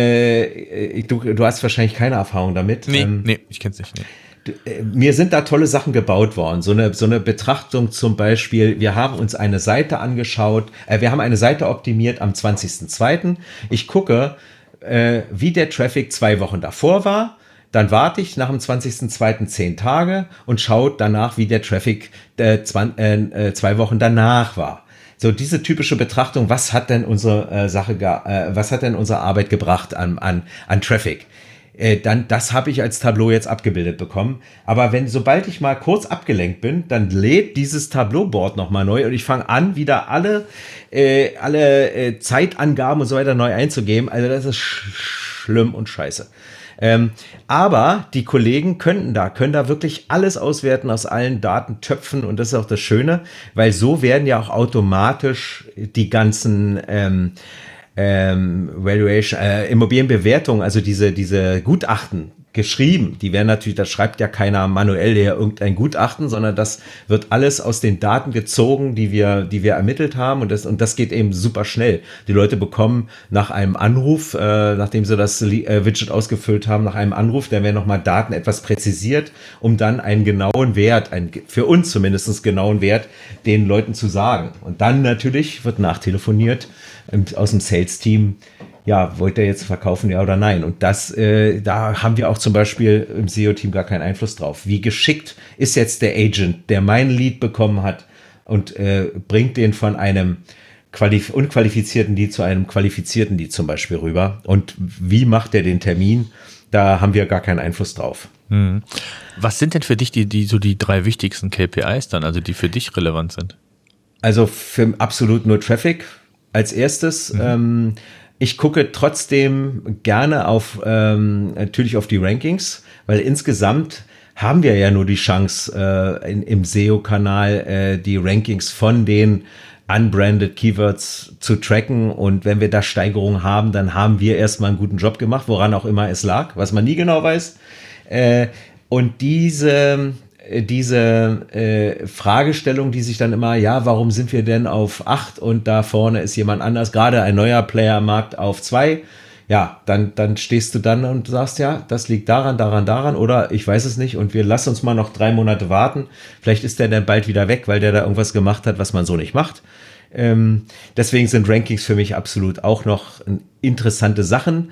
Du hast wahrscheinlich keine Erfahrung damit. Nee, ich kenn's nicht. Nee. Mir sind da tolle Sachen gebaut worden. So eine Betrachtung zum Beispiel, wir haben uns eine Seite angeschaut, wir haben eine Seite optimiert am 20.02. Ich gucke, wie der Traffic 2 Wochen davor war. Dann warte ich nach dem 20.02. 10 Tage und schaue danach, wie der Traffic 2 Wochen danach war. So diese typische Betrachtung, was hat denn unsere was hat denn unsere Arbeit gebracht an Traffic? Das habe ich als Tableau jetzt abgebildet bekommen. Aber sobald ich mal kurz abgelenkt bin, dann lädt dieses Tableau-Board nochmal neu und ich fange an, wieder alle Zeitangaben und so weiter neu einzugeben. Also das ist schlimm und scheiße. Aber die Kollegen können da wirklich alles auswerten aus allen Datentöpfen, und das ist auch das Schöne, weil so werden ja auch automatisch die ganzen Valuation, Immobilienbewertung, also diese Gutachten geschrieben. Die werden natürlich, das schreibt ja keiner manuell hier irgendein Gutachten, sondern das wird alles aus den Daten gezogen, die wir ermittelt haben, und das geht eben super schnell. Die Leute bekommen nach einem Anruf, nachdem sie das Widget ausgefüllt haben, nach einem Anruf, da werden nochmal Daten etwas präzisiert, um dann einen genauen Wert, für uns zumindest genauen Wert, den Leuten zu sagen. Und dann natürlich wird nachtelefoniert aus dem Sales-Team, ja, wollt ihr jetzt verkaufen, ja oder nein? Und da haben wir auch zum Beispiel im SEO-Team gar keinen Einfluss drauf. Wie geschickt ist jetzt der Agent, der mein Lead bekommen hat und bringt den von einem unqualifizierten Lead zu einem qualifizierten Lead zum Beispiel rüber? Und wie macht er den Termin? Da haben wir gar keinen Einfluss drauf. Was sind denn für dich die 3 wichtigsten KPIs dann, also die für dich relevant sind? Also für absolut nur Traffic als erstes. Ich gucke trotzdem gerne natürlich auf die Rankings, weil insgesamt haben wir ja nur die Chance, im SEO-Kanal die Rankings von den unbranded Keywords zu tracken, und wenn wir da Steigerungen haben, dann haben wir erstmal einen guten Job gemacht, woran auch immer es lag, was man nie genau weiß. Und diese Fragestellung, die sich dann immer, ja, warum sind wir denn auf 8 und da vorne ist jemand anders, gerade ein neuer Player am Markt auf 2, ja, dann stehst du dann und sagst, ja, das liegt daran, oder ich weiß es nicht, und wir lassen uns mal noch 3 Monate warten, vielleicht ist der dann bald wieder weg, weil der da irgendwas gemacht hat, was man so nicht macht. Deswegen sind Rankings für mich absolut auch noch eine interessante Sache,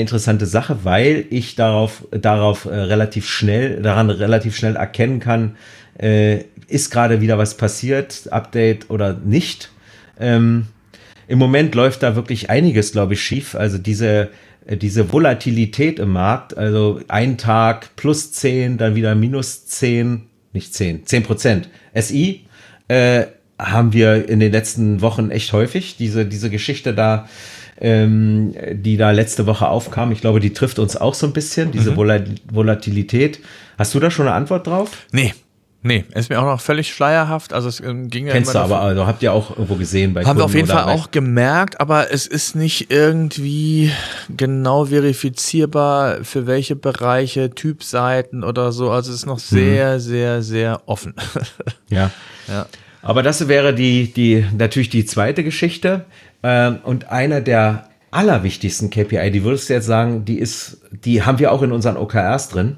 weil ich daran relativ schnell erkennen kann, ist gerade wieder was passiert, Update oder nicht. Im Moment läuft da wirklich einiges, glaube ich, schief. Also diese Volatilität im Markt, also ein Tag plus 10, dann wieder minus 10, nicht 10% SI, haben wir in den letzten Wochen echt häufig. Diese Geschichte da, die da letzte Woche aufkam. Ich glaube, die trifft uns auch so ein bisschen, diese Volatilität. Hast du da schon eine Antwort drauf? Nee, ist mir auch noch völlig schleierhaft. Also es ging ja Kennst immer du aber, also habt ihr auch irgendwo gesehen bei haben wir auf jeden Fall bei auch gemerkt, aber es ist nicht irgendwie genau verifizierbar, für welche Bereiche, Typseiten oder so. Also es ist noch sehr, sehr, sehr offen. Ja. Aber das wäre natürlich die zweite Geschichte. Und einer der allerwichtigsten KPI, die würdest du jetzt sagen, die haben wir auch in unseren OKRs drin,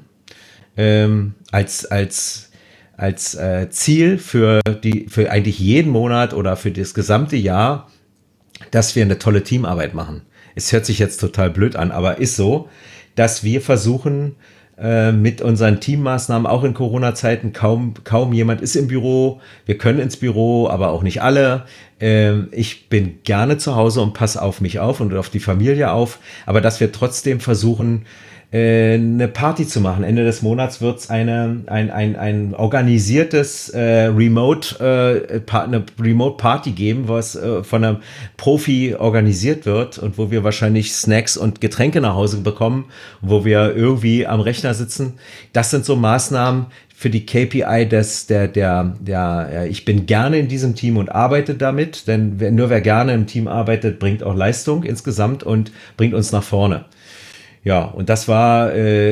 als Ziel für eigentlich jeden Monat oder für das gesamte Jahr, dass wir eine tolle Teamarbeit machen. Es hört sich jetzt total blöd an, aber ist so, dass wir versuchen, mit unseren Teammaßnahmen, auch in Corona-Zeiten, kaum jemand ist im Büro. Wir können ins Büro, aber auch nicht alle. Ich bin gerne zu Hause und passe auf mich auf und auf die Familie auf. Aber dass wir trotzdem versuchen, eine Party zu machen. Ende des Monats wird es ein organisiertes eine Remote-Party geben, was von einem Profi organisiert wird und wo wir wahrscheinlich Snacks und Getränke nach Hause bekommen, wo wir irgendwie am Rechner sitzen. Das sind so Maßnahmen für die KPI ich bin gerne in diesem Team und arbeite damit, denn wer gerne im Team arbeitet, bringt auch Leistung insgesamt und bringt uns nach vorne. Ja, und das war,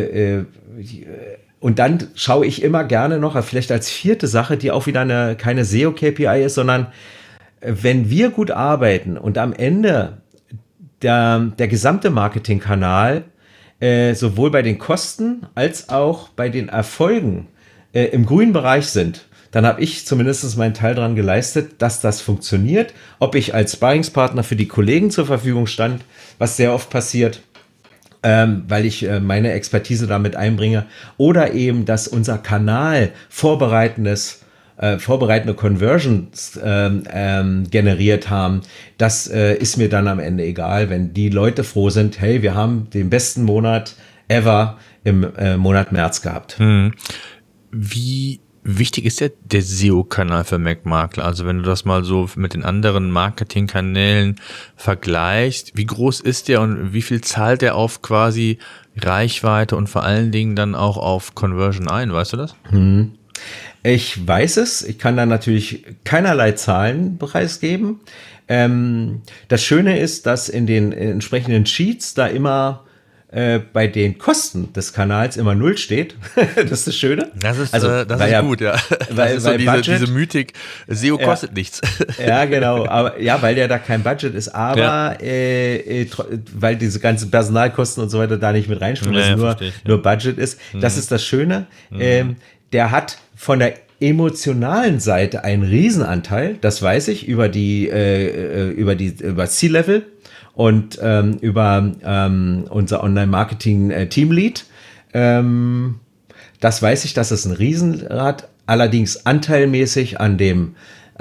und dann schaue ich immer gerne noch, vielleicht als vierte Sache, die auch wieder keine SEO-KPI ist, sondern wenn wir gut arbeiten und am Ende der gesamte Marketingkanal sowohl bei den Kosten als auch bei den Erfolgen im grünen Bereich sind, dann habe ich zumindest meinen Teil daran geleistet, dass das funktioniert. Ob ich als Sparringspartner für die Kollegen zur Verfügung stand, was sehr oft passiert, weil ich meine Expertise damit einbringe, oder eben, dass unser Kanal vorbereitende Conversions generiert haben, das ist mir dann am Ende egal, wenn die Leute froh sind, hey, wir haben den besten Monat ever im Monat März gehabt. Wie wichtig ist der SEO-Kanal für Mac-Makler? Also wenn du das mal so mit den anderen Marketingkanälen vergleichst, wie groß ist der und wie viel zahlt der auf quasi Reichweite und vor allen Dingen dann auch auf Conversion ein? Weißt du das? Ich weiß es. Ich kann da natürlich keinerlei Zahlen preisgeben. Das Schöne ist, dass in den entsprechenden Sheets da immer bei den Kosten des Kanals immer 0 steht. Das ist das Schöne. Das ist gut, ja. Weil so diese Mythik, SEO kostet nichts. Ja, genau. Aber ja, weil ja da kein Budget ist, aber weil diese ganzen Personalkosten und so weiter da nicht mit reinspielen, weil es nur Budget ist. Das ist das Schöne. Der hat von der emotionalen Seite einen Riesenanteil, das weiß ich, über C-Level. Und über unser Online-Marketing-Teamlead. Das weiß ich, dass es einen Riesenrad, allerdings anteilmäßig an den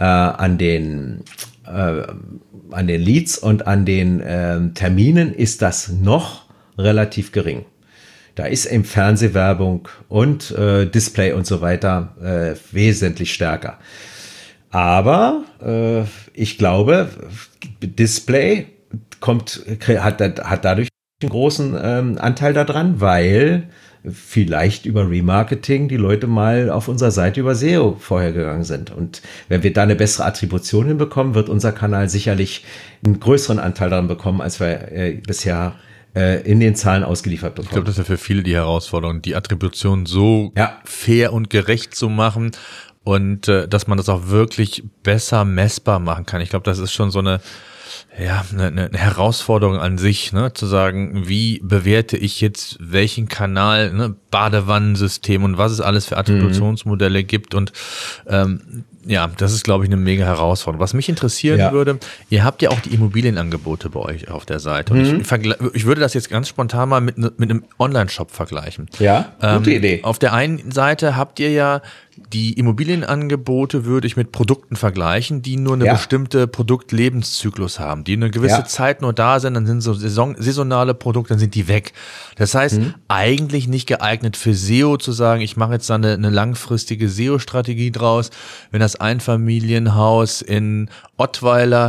Leads und an den Terminen ist das noch relativ gering. Da ist eben Fernsehwerbung und Display und so weiter wesentlich stärker. Aber ich glaube, Display hat dadurch einen großen Anteil daran, weil vielleicht über Remarketing die Leute mal auf unserer Seite über SEO vorher gegangen sind. Und wenn wir da eine bessere Attribution hinbekommen, wird unser Kanal sicherlich einen größeren Anteil daran bekommen, als wir bisher in den Zahlen ausgeliefert bekommen. Ich glaube, das ist ja für viele die Herausforderung, die Attribution so fair und gerecht zu machen und dass man das auch wirklich besser messbar machen kann. Ich glaube, das ist schon so eine Herausforderung an sich, ne, zu sagen, wie bewerte ich jetzt welchen Kanal, ne, Badewannensystem und was es alles für Attributionsmodelle gibt und das ist, glaube ich, eine mega Herausforderung. Was mich interessieren würde, ihr habt ja auch die Immobilienangebote bei euch auf der Seite. Und ich würde das jetzt ganz spontan mal mit einem Online-Shop vergleichen. Ja, gute Idee. Auf der einen Seite habt ihr ja die Immobilienangebote, würde ich mit Produkten vergleichen, die nur eine bestimmte Produktlebenszyklus haben, die eine gewisse Zeit nur da sind, dann sind so saisonale Produkte, dann sind die weg. Das heißt, eigentlich nicht geeignet für SEO zu sagen, ich mache jetzt da eine langfristige SEO-Strategie draus, wenn das Einfamilienhaus in Ottweiler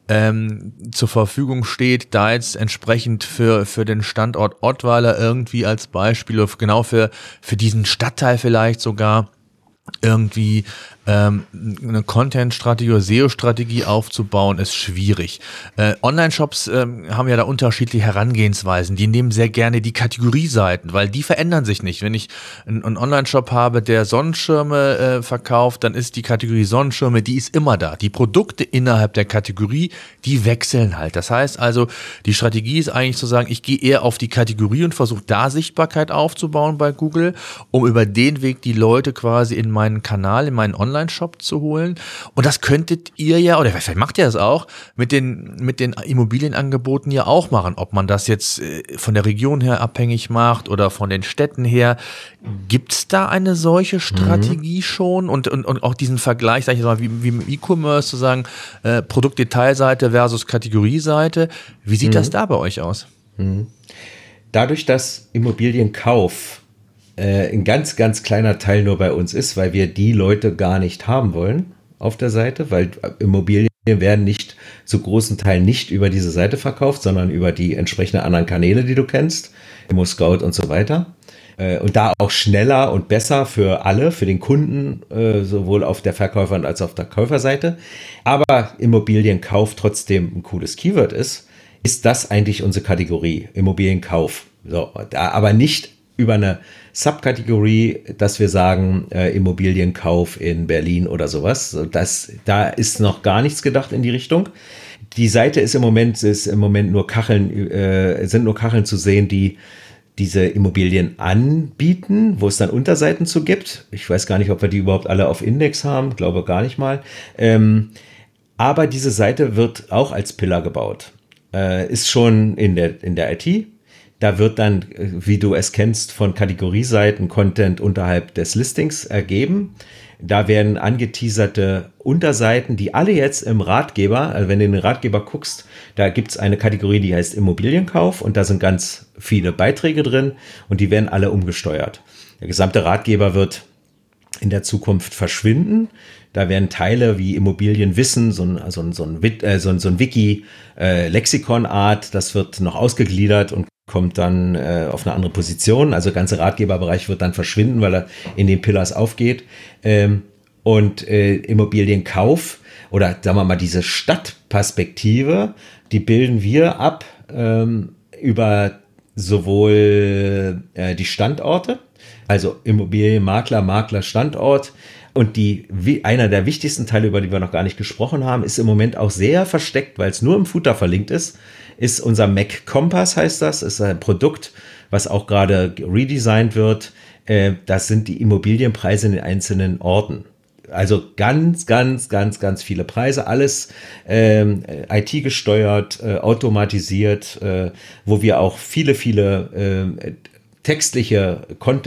zur Verfügung steht, da jetzt entsprechend für den Standort Ottweiler irgendwie als Beispiel, oder genau für diesen Stadtteil vielleicht sogar irgendwie eine Content-Strategie oder SEO-Strategie aufzubauen, ist schwierig. Online-Shops haben ja da unterschiedliche Herangehensweisen. Die nehmen sehr gerne die Kategorieseiten, weil die verändern sich nicht. Wenn ich einen Online-Shop habe, der Sonnenschirme verkauft, dann ist die Kategorie Sonnenschirme, die ist immer da. Die Produkte innerhalb der Kategorie, die wechseln halt. Das heißt also, die Strategie ist eigentlich zu sagen, ich gehe eher auf die Kategorie und versuche da Sichtbarkeit aufzubauen bei Google, um über den Weg die Leute quasi in meinen Kanal, in meinen Online-Shop zu holen. Und das könntet ihr ja, oder vielleicht macht ihr das auch, mit den Immobilienangeboten ja auch machen. Ob man das jetzt von der Region her abhängig macht oder von den Städten her. Gibt's da eine solche Strategie schon? Und auch diesen Vergleich, sag ich mal, wie im E-Commerce zu sagen, Produktdetailseite versus Kategorieseite. Wie sieht das da bei euch aus? Dadurch, dass Immobilienkauf ein ganz, ganz kleiner Teil nur bei uns ist, weil wir die Leute gar nicht haben wollen auf der Seite, weil Immobilien werden nicht zu großen Teilen nicht über diese Seite verkauft, sondern über die entsprechenden anderen Kanäle, die du kennst, ImmoScout und so weiter. Und da auch schneller und besser für alle, für den Kunden, sowohl auf der Verkäufer- als auch auf der Käuferseite. Aber Immobilienkauf trotzdem ein cooles Keyword ist das eigentlich unsere Kategorie, Immobilienkauf. So, aber nicht über eine Subkategorie, dass wir sagen, Immobilienkauf in Berlin oder sowas. Da ist noch gar nichts gedacht in die Richtung. Die Seite ist im Moment nur sind nur Kacheln zu sehen, die diese Immobilien anbieten, wo es dann Unterseiten zu gibt. Ich weiß gar nicht, ob wir die überhaupt alle auf Index haben, glaube gar nicht mal. Aber diese Seite wird auch als Pillar gebaut. Ist schon in der IT. Da wird dann, wie du es kennst, von Kategorieseiten Content unterhalb des Listings ergeben. Da werden angeteaserte Unterseiten, die alle jetzt im Ratgeber, also wenn du in den Ratgeber guckst, da gibt es eine Kategorie, die heißt Immobilienkauf und da sind ganz viele Beiträge drin und die werden alle umgesteuert. Der gesamte Ratgeber wird in der Zukunft verschwinden. Da werden Teile wie Immobilienwissen, so ein Wiki, Lexikonart, das wird noch ausgegliedert und kommt dann auf eine andere Position. Also der ganze Ratgeberbereich wird dann verschwinden, weil er in den Pillars aufgeht. Und Immobilienkauf oder sagen wir mal diese Stadtperspektive, die bilden wir ab über sowohl die Standorte, also Immobilienmakler, Makler, Standort. Und einer der wichtigsten Teile, über die wir noch gar nicht gesprochen haben, ist im Moment auch sehr versteckt, weil es nur im Footer verlinkt ist unser Mac Kompass, heißt das. Ist ein Produkt, was auch gerade redesigned wird. Das sind die Immobilienpreise in den einzelnen Orten. Also ganz, ganz, ganz, ganz viele Preise. Alles IT gesteuert, automatisiert, wo wir auch viele textliche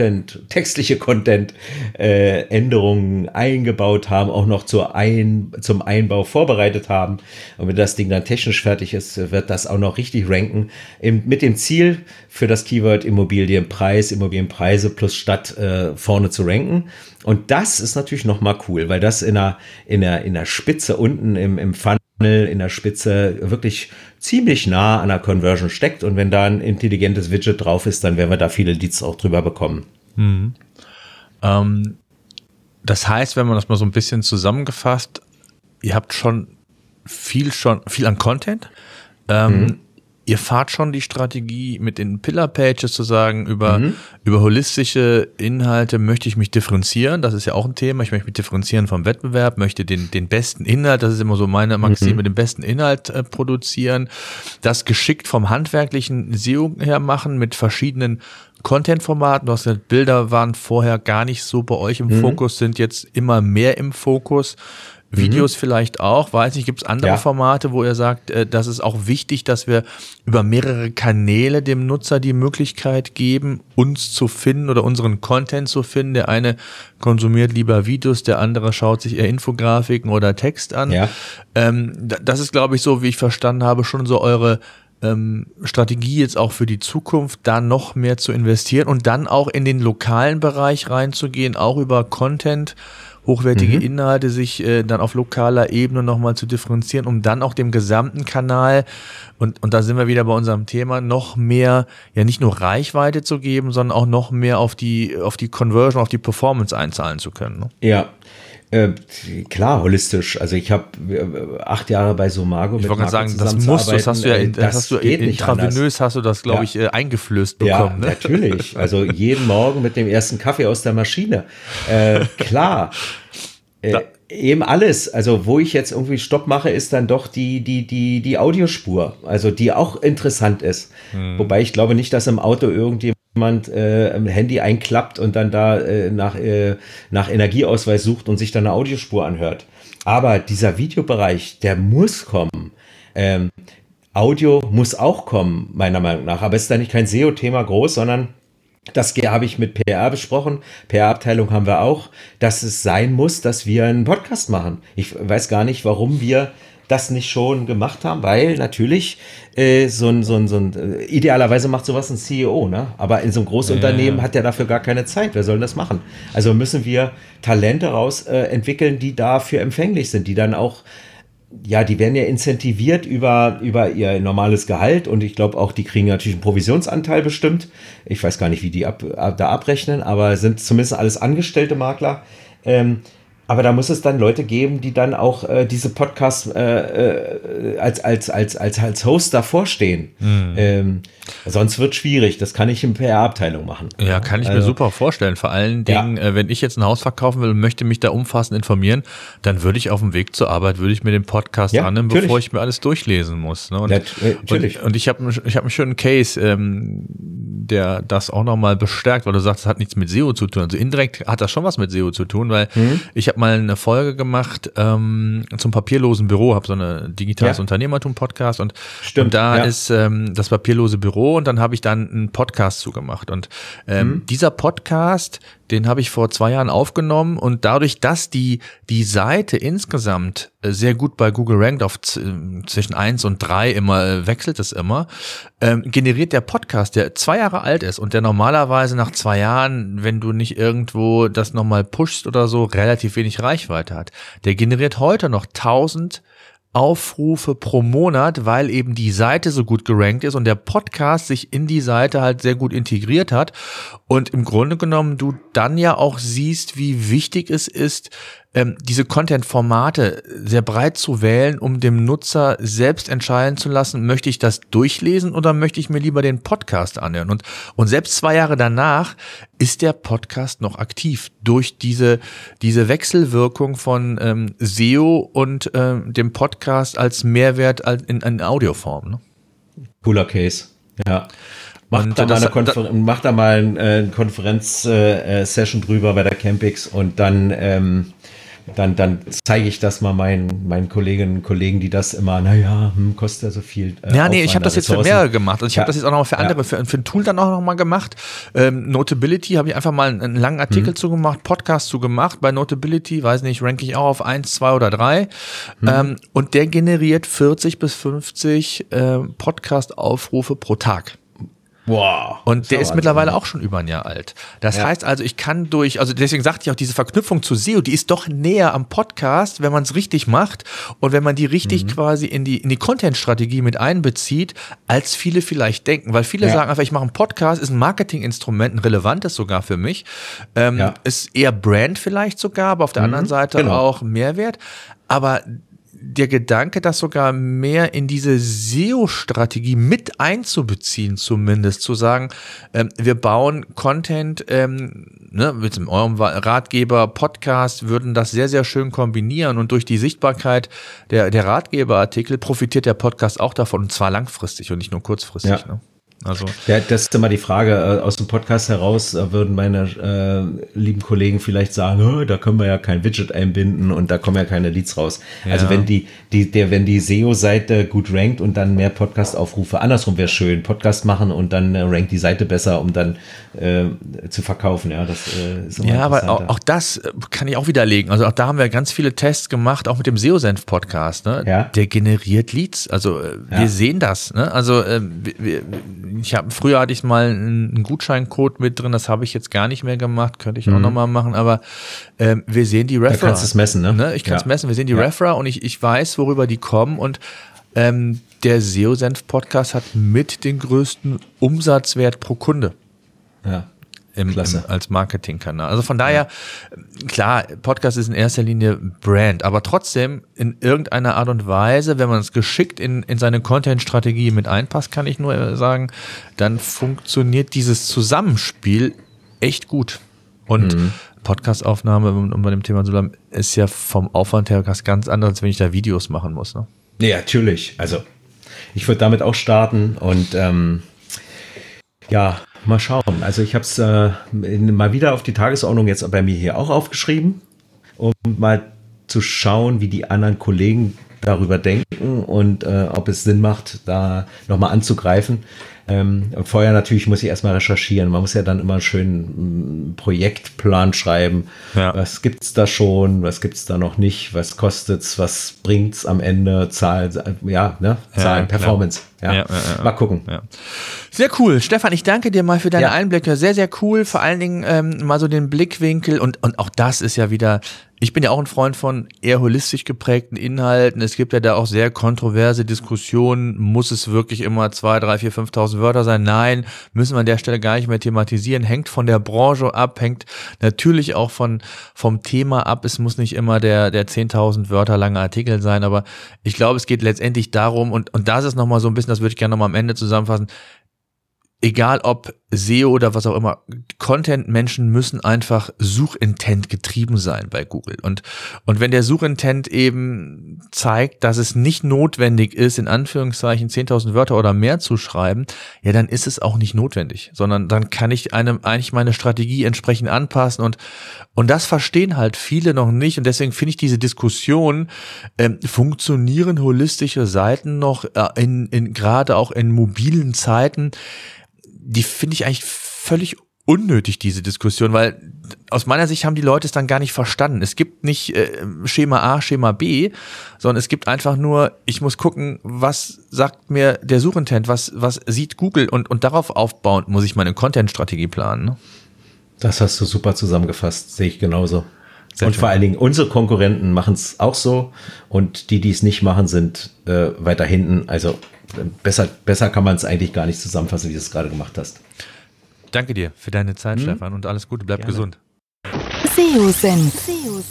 Content Änderungen eingebaut haben, auch noch zum Einbau vorbereitet haben. Und wenn das Ding dann technisch fertig ist, wird das auch noch richtig ranken. Mit dem Ziel für das Keyword Immobilienpreise plus Stadt vorne zu ranken. Und das ist natürlich nochmal cool, weil das in der Spitze unten im Funnel, in der Spitze wirklich ziemlich nah an der Conversion steckt. Und wenn da ein intelligentes Widget drauf ist, dann werden wir da viele Leads auch drüber bekommen. Das heißt, wenn man das mal so ein bisschen zusammengefasst, ihr habt schon viel an Content. Ihr fahrt schon die Strategie mit den Pillar-Pages zu sagen, über holistische Inhalte möchte ich mich differenzieren. Das ist ja auch ein Thema. Ich möchte mich differenzieren vom Wettbewerb, möchte den besten Inhalt, das ist immer so meine Maxime, den besten Inhalt produzieren. Das geschickt vom handwerklichen SEO her machen mit verschiedenen Content-Formaten. Du hast gesagt, Bilder waren vorher gar nicht so bei euch im Fokus, sind jetzt immer mehr im Fokus. Videos vielleicht auch, weiß nicht, gibt es andere Formate, wo ihr sagt, das ist auch wichtig, dass wir über mehrere Kanäle dem Nutzer die Möglichkeit geben, uns zu finden oder unseren Content zu finden. Der eine konsumiert lieber Videos, der andere schaut sich eher Infografiken oder Text an. Ja. Das ist, glaube ich, so, wie ich verstanden habe, schon so eure Strategie jetzt auch für die Zukunft, da noch mehr zu investieren und dann auch in den lokalen Bereich reinzugehen, auch über Content, hochwertige Inhalte sich dann auf lokaler Ebene nochmal zu differenzieren, um dann auch dem gesamten Kanal, und da sind wir wieder bei unserem Thema, noch mehr, ja nicht nur Reichweite zu geben, sondern auch noch mehr auf die Conversion, auf die Performance einzahlen zu können. Ne? Ja. Klar, holistisch. Also ich habe 8 Jahre bei Somago mit Marco zusammenzuarbeiten. Das hast du ja intravenös, hast du das, glaube ich, eingeflößt bekommen. Ja, natürlich. Also jeden Morgen mit dem ersten Kaffee aus der Maschine. Klar. Eben alles. Also wo ich jetzt irgendwie Stopp mache, ist dann doch die Audiospur. Also die auch interessant ist. Wobei ich glaube nicht, dass im Auto irgendjemand ein Handy einklappt und dann da nach Energieausweis sucht und sich dann eine Audiospur anhört. Aber dieser Videobereich, der muss kommen. Audio muss auch kommen, meiner Meinung nach. Aber es ist da nicht kein SEO-Thema groß, sondern das habe ich mit PR besprochen. PR-Abteilung haben wir auch, dass es sein muss, dass wir einen Podcast machen. Ich weiß gar nicht, warum wir das nicht schon gemacht haben, weil natürlich idealerweise macht sowas ein CEO, ne? Aber in so einem Großunternehmen hat der dafür gar keine Zeit. Wer soll das machen? Also müssen wir Talente raus entwickeln, die dafür empfänglich sind, die dann auch, ja, die werden ja incentiviert über ihr normales Gehalt und ich glaube auch, die kriegen natürlich einen Provisionsanteil bestimmt. Ich weiß gar nicht, wie die da abrechnen, aber sind zumindest alles angestellte Makler. Aber da muss es dann Leute geben, die dann auch diese Podcasts als Host davor stehen. Sonst wird es schwierig. Das kann ich in PR-Abteilung machen. Ja, kann ich mir super vorstellen. Vor allen Dingen, wenn ich jetzt ein Haus verkaufen will und möchte mich da umfassend informieren, dann würde ich auf dem Weg zur Arbeit, mir den Podcast annehmen, bevor ich mir alles durchlesen muss. Ne? Natürlich. Und ich hab einen schönen Case, der das auch nochmal bestärkt, weil du sagst, es hat nichts mit SEO zu tun. Also indirekt hat das schon was mit SEO zu tun, weil ich habe mal eine Folge gemacht zum papierlosen Büro, habe so eine digitales Unternehmertum-Podcast und da ist das papierlose Büro und dann habe ich dann einen Podcast zugemacht und dieser Podcast, den habe ich vor 2 Jahren aufgenommen und dadurch, dass die Seite insgesamt sehr gut bei Google rankt, auf zwischen 1 und 3 immer, wechselt es immer, generiert der Podcast, der 2 Jahre alt ist und der normalerweise nach 2 Jahren, wenn du nicht irgendwo das nochmal pushst oder so, relativ wenig Reichweite hat. Der generiert heute noch 1000 Aufrufe pro Monat, weil eben die Seite so gut gerankt ist und der Podcast sich in die Seite halt sehr gut integriert hat und im Grunde genommen du dann ja auch siehst, wie wichtig es ist, diese Content-Formate sehr breit zu wählen, um dem Nutzer selbst entscheiden zu lassen, möchte ich das durchlesen oder möchte ich mir lieber den Podcast anhören? Und selbst 2 Jahre danach ist der Podcast noch aktiv durch diese Wechselwirkung von SEO und dem Podcast als Mehrwert in Audioform. Ne? Cooler Case, ja. Mach da mal eine Konferenz-Session drüber bei der Campix und dann zeige ich das mal meinen Kolleginnen und Kollegen, die das immer, kostet ja so viel. Ich habe das jetzt für mehrere gemacht. Also ich habe das jetzt auch noch für andere, für ein Tool dann auch noch mal gemacht. Notability habe ich einfach mal einen langen Artikel zugemacht, Podcast zugemacht. Bei Notability, weiß nicht, ranke ich auch auf 1, 2 oder 3. Und der generiert 40 bis 50 Podcast-Aufrufe pro Tag. Wow. Und der ist mittlerweile auch schon über ein Jahr alt. Das heißt also, ich kann deswegen sagte ich auch, diese Verknüpfung zu SEO, die ist doch näher am Podcast, wenn man es richtig macht und wenn man die richtig quasi in die Content-Strategie mit einbezieht, als viele vielleicht denken. Weil viele sagen einfach, ich mache einen Podcast, ist ein Marketinginstrument, ein relevantes sogar für mich. Ist eher Brand vielleicht sogar, aber auf der anderen Seite auch Mehrwert. Aber der Gedanke, das sogar mehr in diese SEO-Strategie mit einzubeziehen, zumindest zu sagen, wir bauen Content, mit eurem Ratgeber-Podcast würden das sehr, sehr schön kombinieren und durch die Sichtbarkeit der Ratgeberartikel profitiert der Podcast auch davon und zwar langfristig und nicht nur kurzfristig. Ja. Ne? Also das ist immer die Frage, aus dem Podcast heraus würden meine lieben Kollegen vielleicht sagen, da können wir ja kein Widget einbinden und da kommen ja keine Leads raus. Ja. Also wenn die SEO-Seite gut rankt und dann mehr Podcast-Aufrufe, andersrum wäre schön, Podcast machen und dann rankt die Seite besser, um dann zu verkaufen. Ja, das ist immer aber auch das kann ich auch widerlegen. Also auch da haben wir ganz viele Tests gemacht, auch mit dem SEO-Senf-Podcast. Ne? Ja. Der generiert Leads. Also wir sehen das. Ne? Also früher hatte ich mal einen Gutscheincode mit drin, das habe ich jetzt gar nicht mehr gemacht, könnte ich auch nochmal machen, aber wir sehen die Referrer. Da kannst du es messen, ne? Ich kann es messen, wir sehen die Referrer und ich weiß, worüber die kommen und der SEO-Senf-Podcast hat mit den größten Umsatzwert pro Kunde. Ja. Als Marketingkanal. Also von daher, klar, Podcast ist in erster Linie Brand, aber trotzdem in irgendeiner Art und Weise, wenn man es geschickt in seine Content-Strategie mit einpasst, kann ich nur sagen, dann funktioniert dieses Zusammenspiel echt gut. Und Podcast-Aufnahme, um bei dem Thema zu bleiben, ist ja vom Aufwand her was ganz anderes, als wenn ich da Videos machen muss. Ne? Ja, natürlich. Also ich würde damit auch starten und mal schauen. Also ich habe es mal wieder auf die Tagesordnung jetzt bei mir hier auch aufgeschrieben, um mal zu schauen, wie die anderen Kollegen darüber denken und ob es Sinn macht, da nochmal anzugreifen. Vorher natürlich muss ich erstmal recherchieren. Man muss ja dann immer einen schönen Projektplan schreiben. Ja. Was gibt's da schon? Was gibt's da noch nicht? Was kostet's? Was bringt's am Ende? Zahlen, Performance. Ja. Mal gucken. Ja. Sehr cool. Stefan, ich danke dir mal für deine Einblicke. Sehr, sehr cool. Vor allen Dingen mal so den Blickwinkel und auch das ist ja wieder, ich bin ja auch ein Freund von eher holistisch geprägten Inhalten. Es gibt ja da auch sehr kontroverse Diskussionen. Muss es wirklich immer 2, 3, 4, 5.000 Wörter sein? Nein, müssen wir an der Stelle gar nicht mehr thematisieren. Hängt von der Branche ab, hängt natürlich auch vom Thema ab. Es muss nicht immer der 10.000 Wörter lange Artikel sein, aber ich glaube, es geht letztendlich darum, und das ist nochmal so ein bisschen, das würde ich gerne nochmal am Ende zusammenfassen, egal ob SEO oder was auch immer, Content-Menschen müssen einfach Suchintent getrieben sein bei Google. Und wenn der Suchintent eben zeigt, dass es nicht notwendig ist, in Anführungszeichen 10.000 Wörter oder mehr zu schreiben, ja, dann ist es auch nicht notwendig, sondern dann kann ich eigentlich meine Strategie entsprechend anpassen und das verstehen halt viele noch nicht und deswegen finde ich diese Diskussion, funktionieren holistische Seiten noch gerade auch in mobilen Zeiten, die finde ich eigentlich völlig unnötig, diese Diskussion, weil aus meiner Sicht haben die Leute es dann gar nicht verstanden. Es gibt nicht Schema A, Schema B, sondern es gibt einfach nur, ich muss gucken, was sagt mir der Suchintent, was sieht Google und darauf aufbauend muss ich meine Content-Strategie planen. Ne? Das hast du super zusammengefasst, sehe ich genauso. Sehr und schön. vor allen Dingen unsere Konkurrenten machen es auch so und die es nicht machen, sind weiter hinten. Also besser kann man es eigentlich gar nicht zusammenfassen, wie du es gerade gemacht hast. Danke dir für deine Zeit, Stefan, und alles Gute, bleib gesund. SEO-Senf.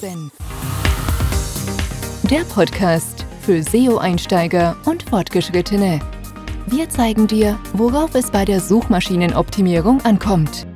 Der Podcast für SEO-Einsteiger und Fortgeschrittene. Wir zeigen dir, worauf es bei der Suchmaschinenoptimierung ankommt.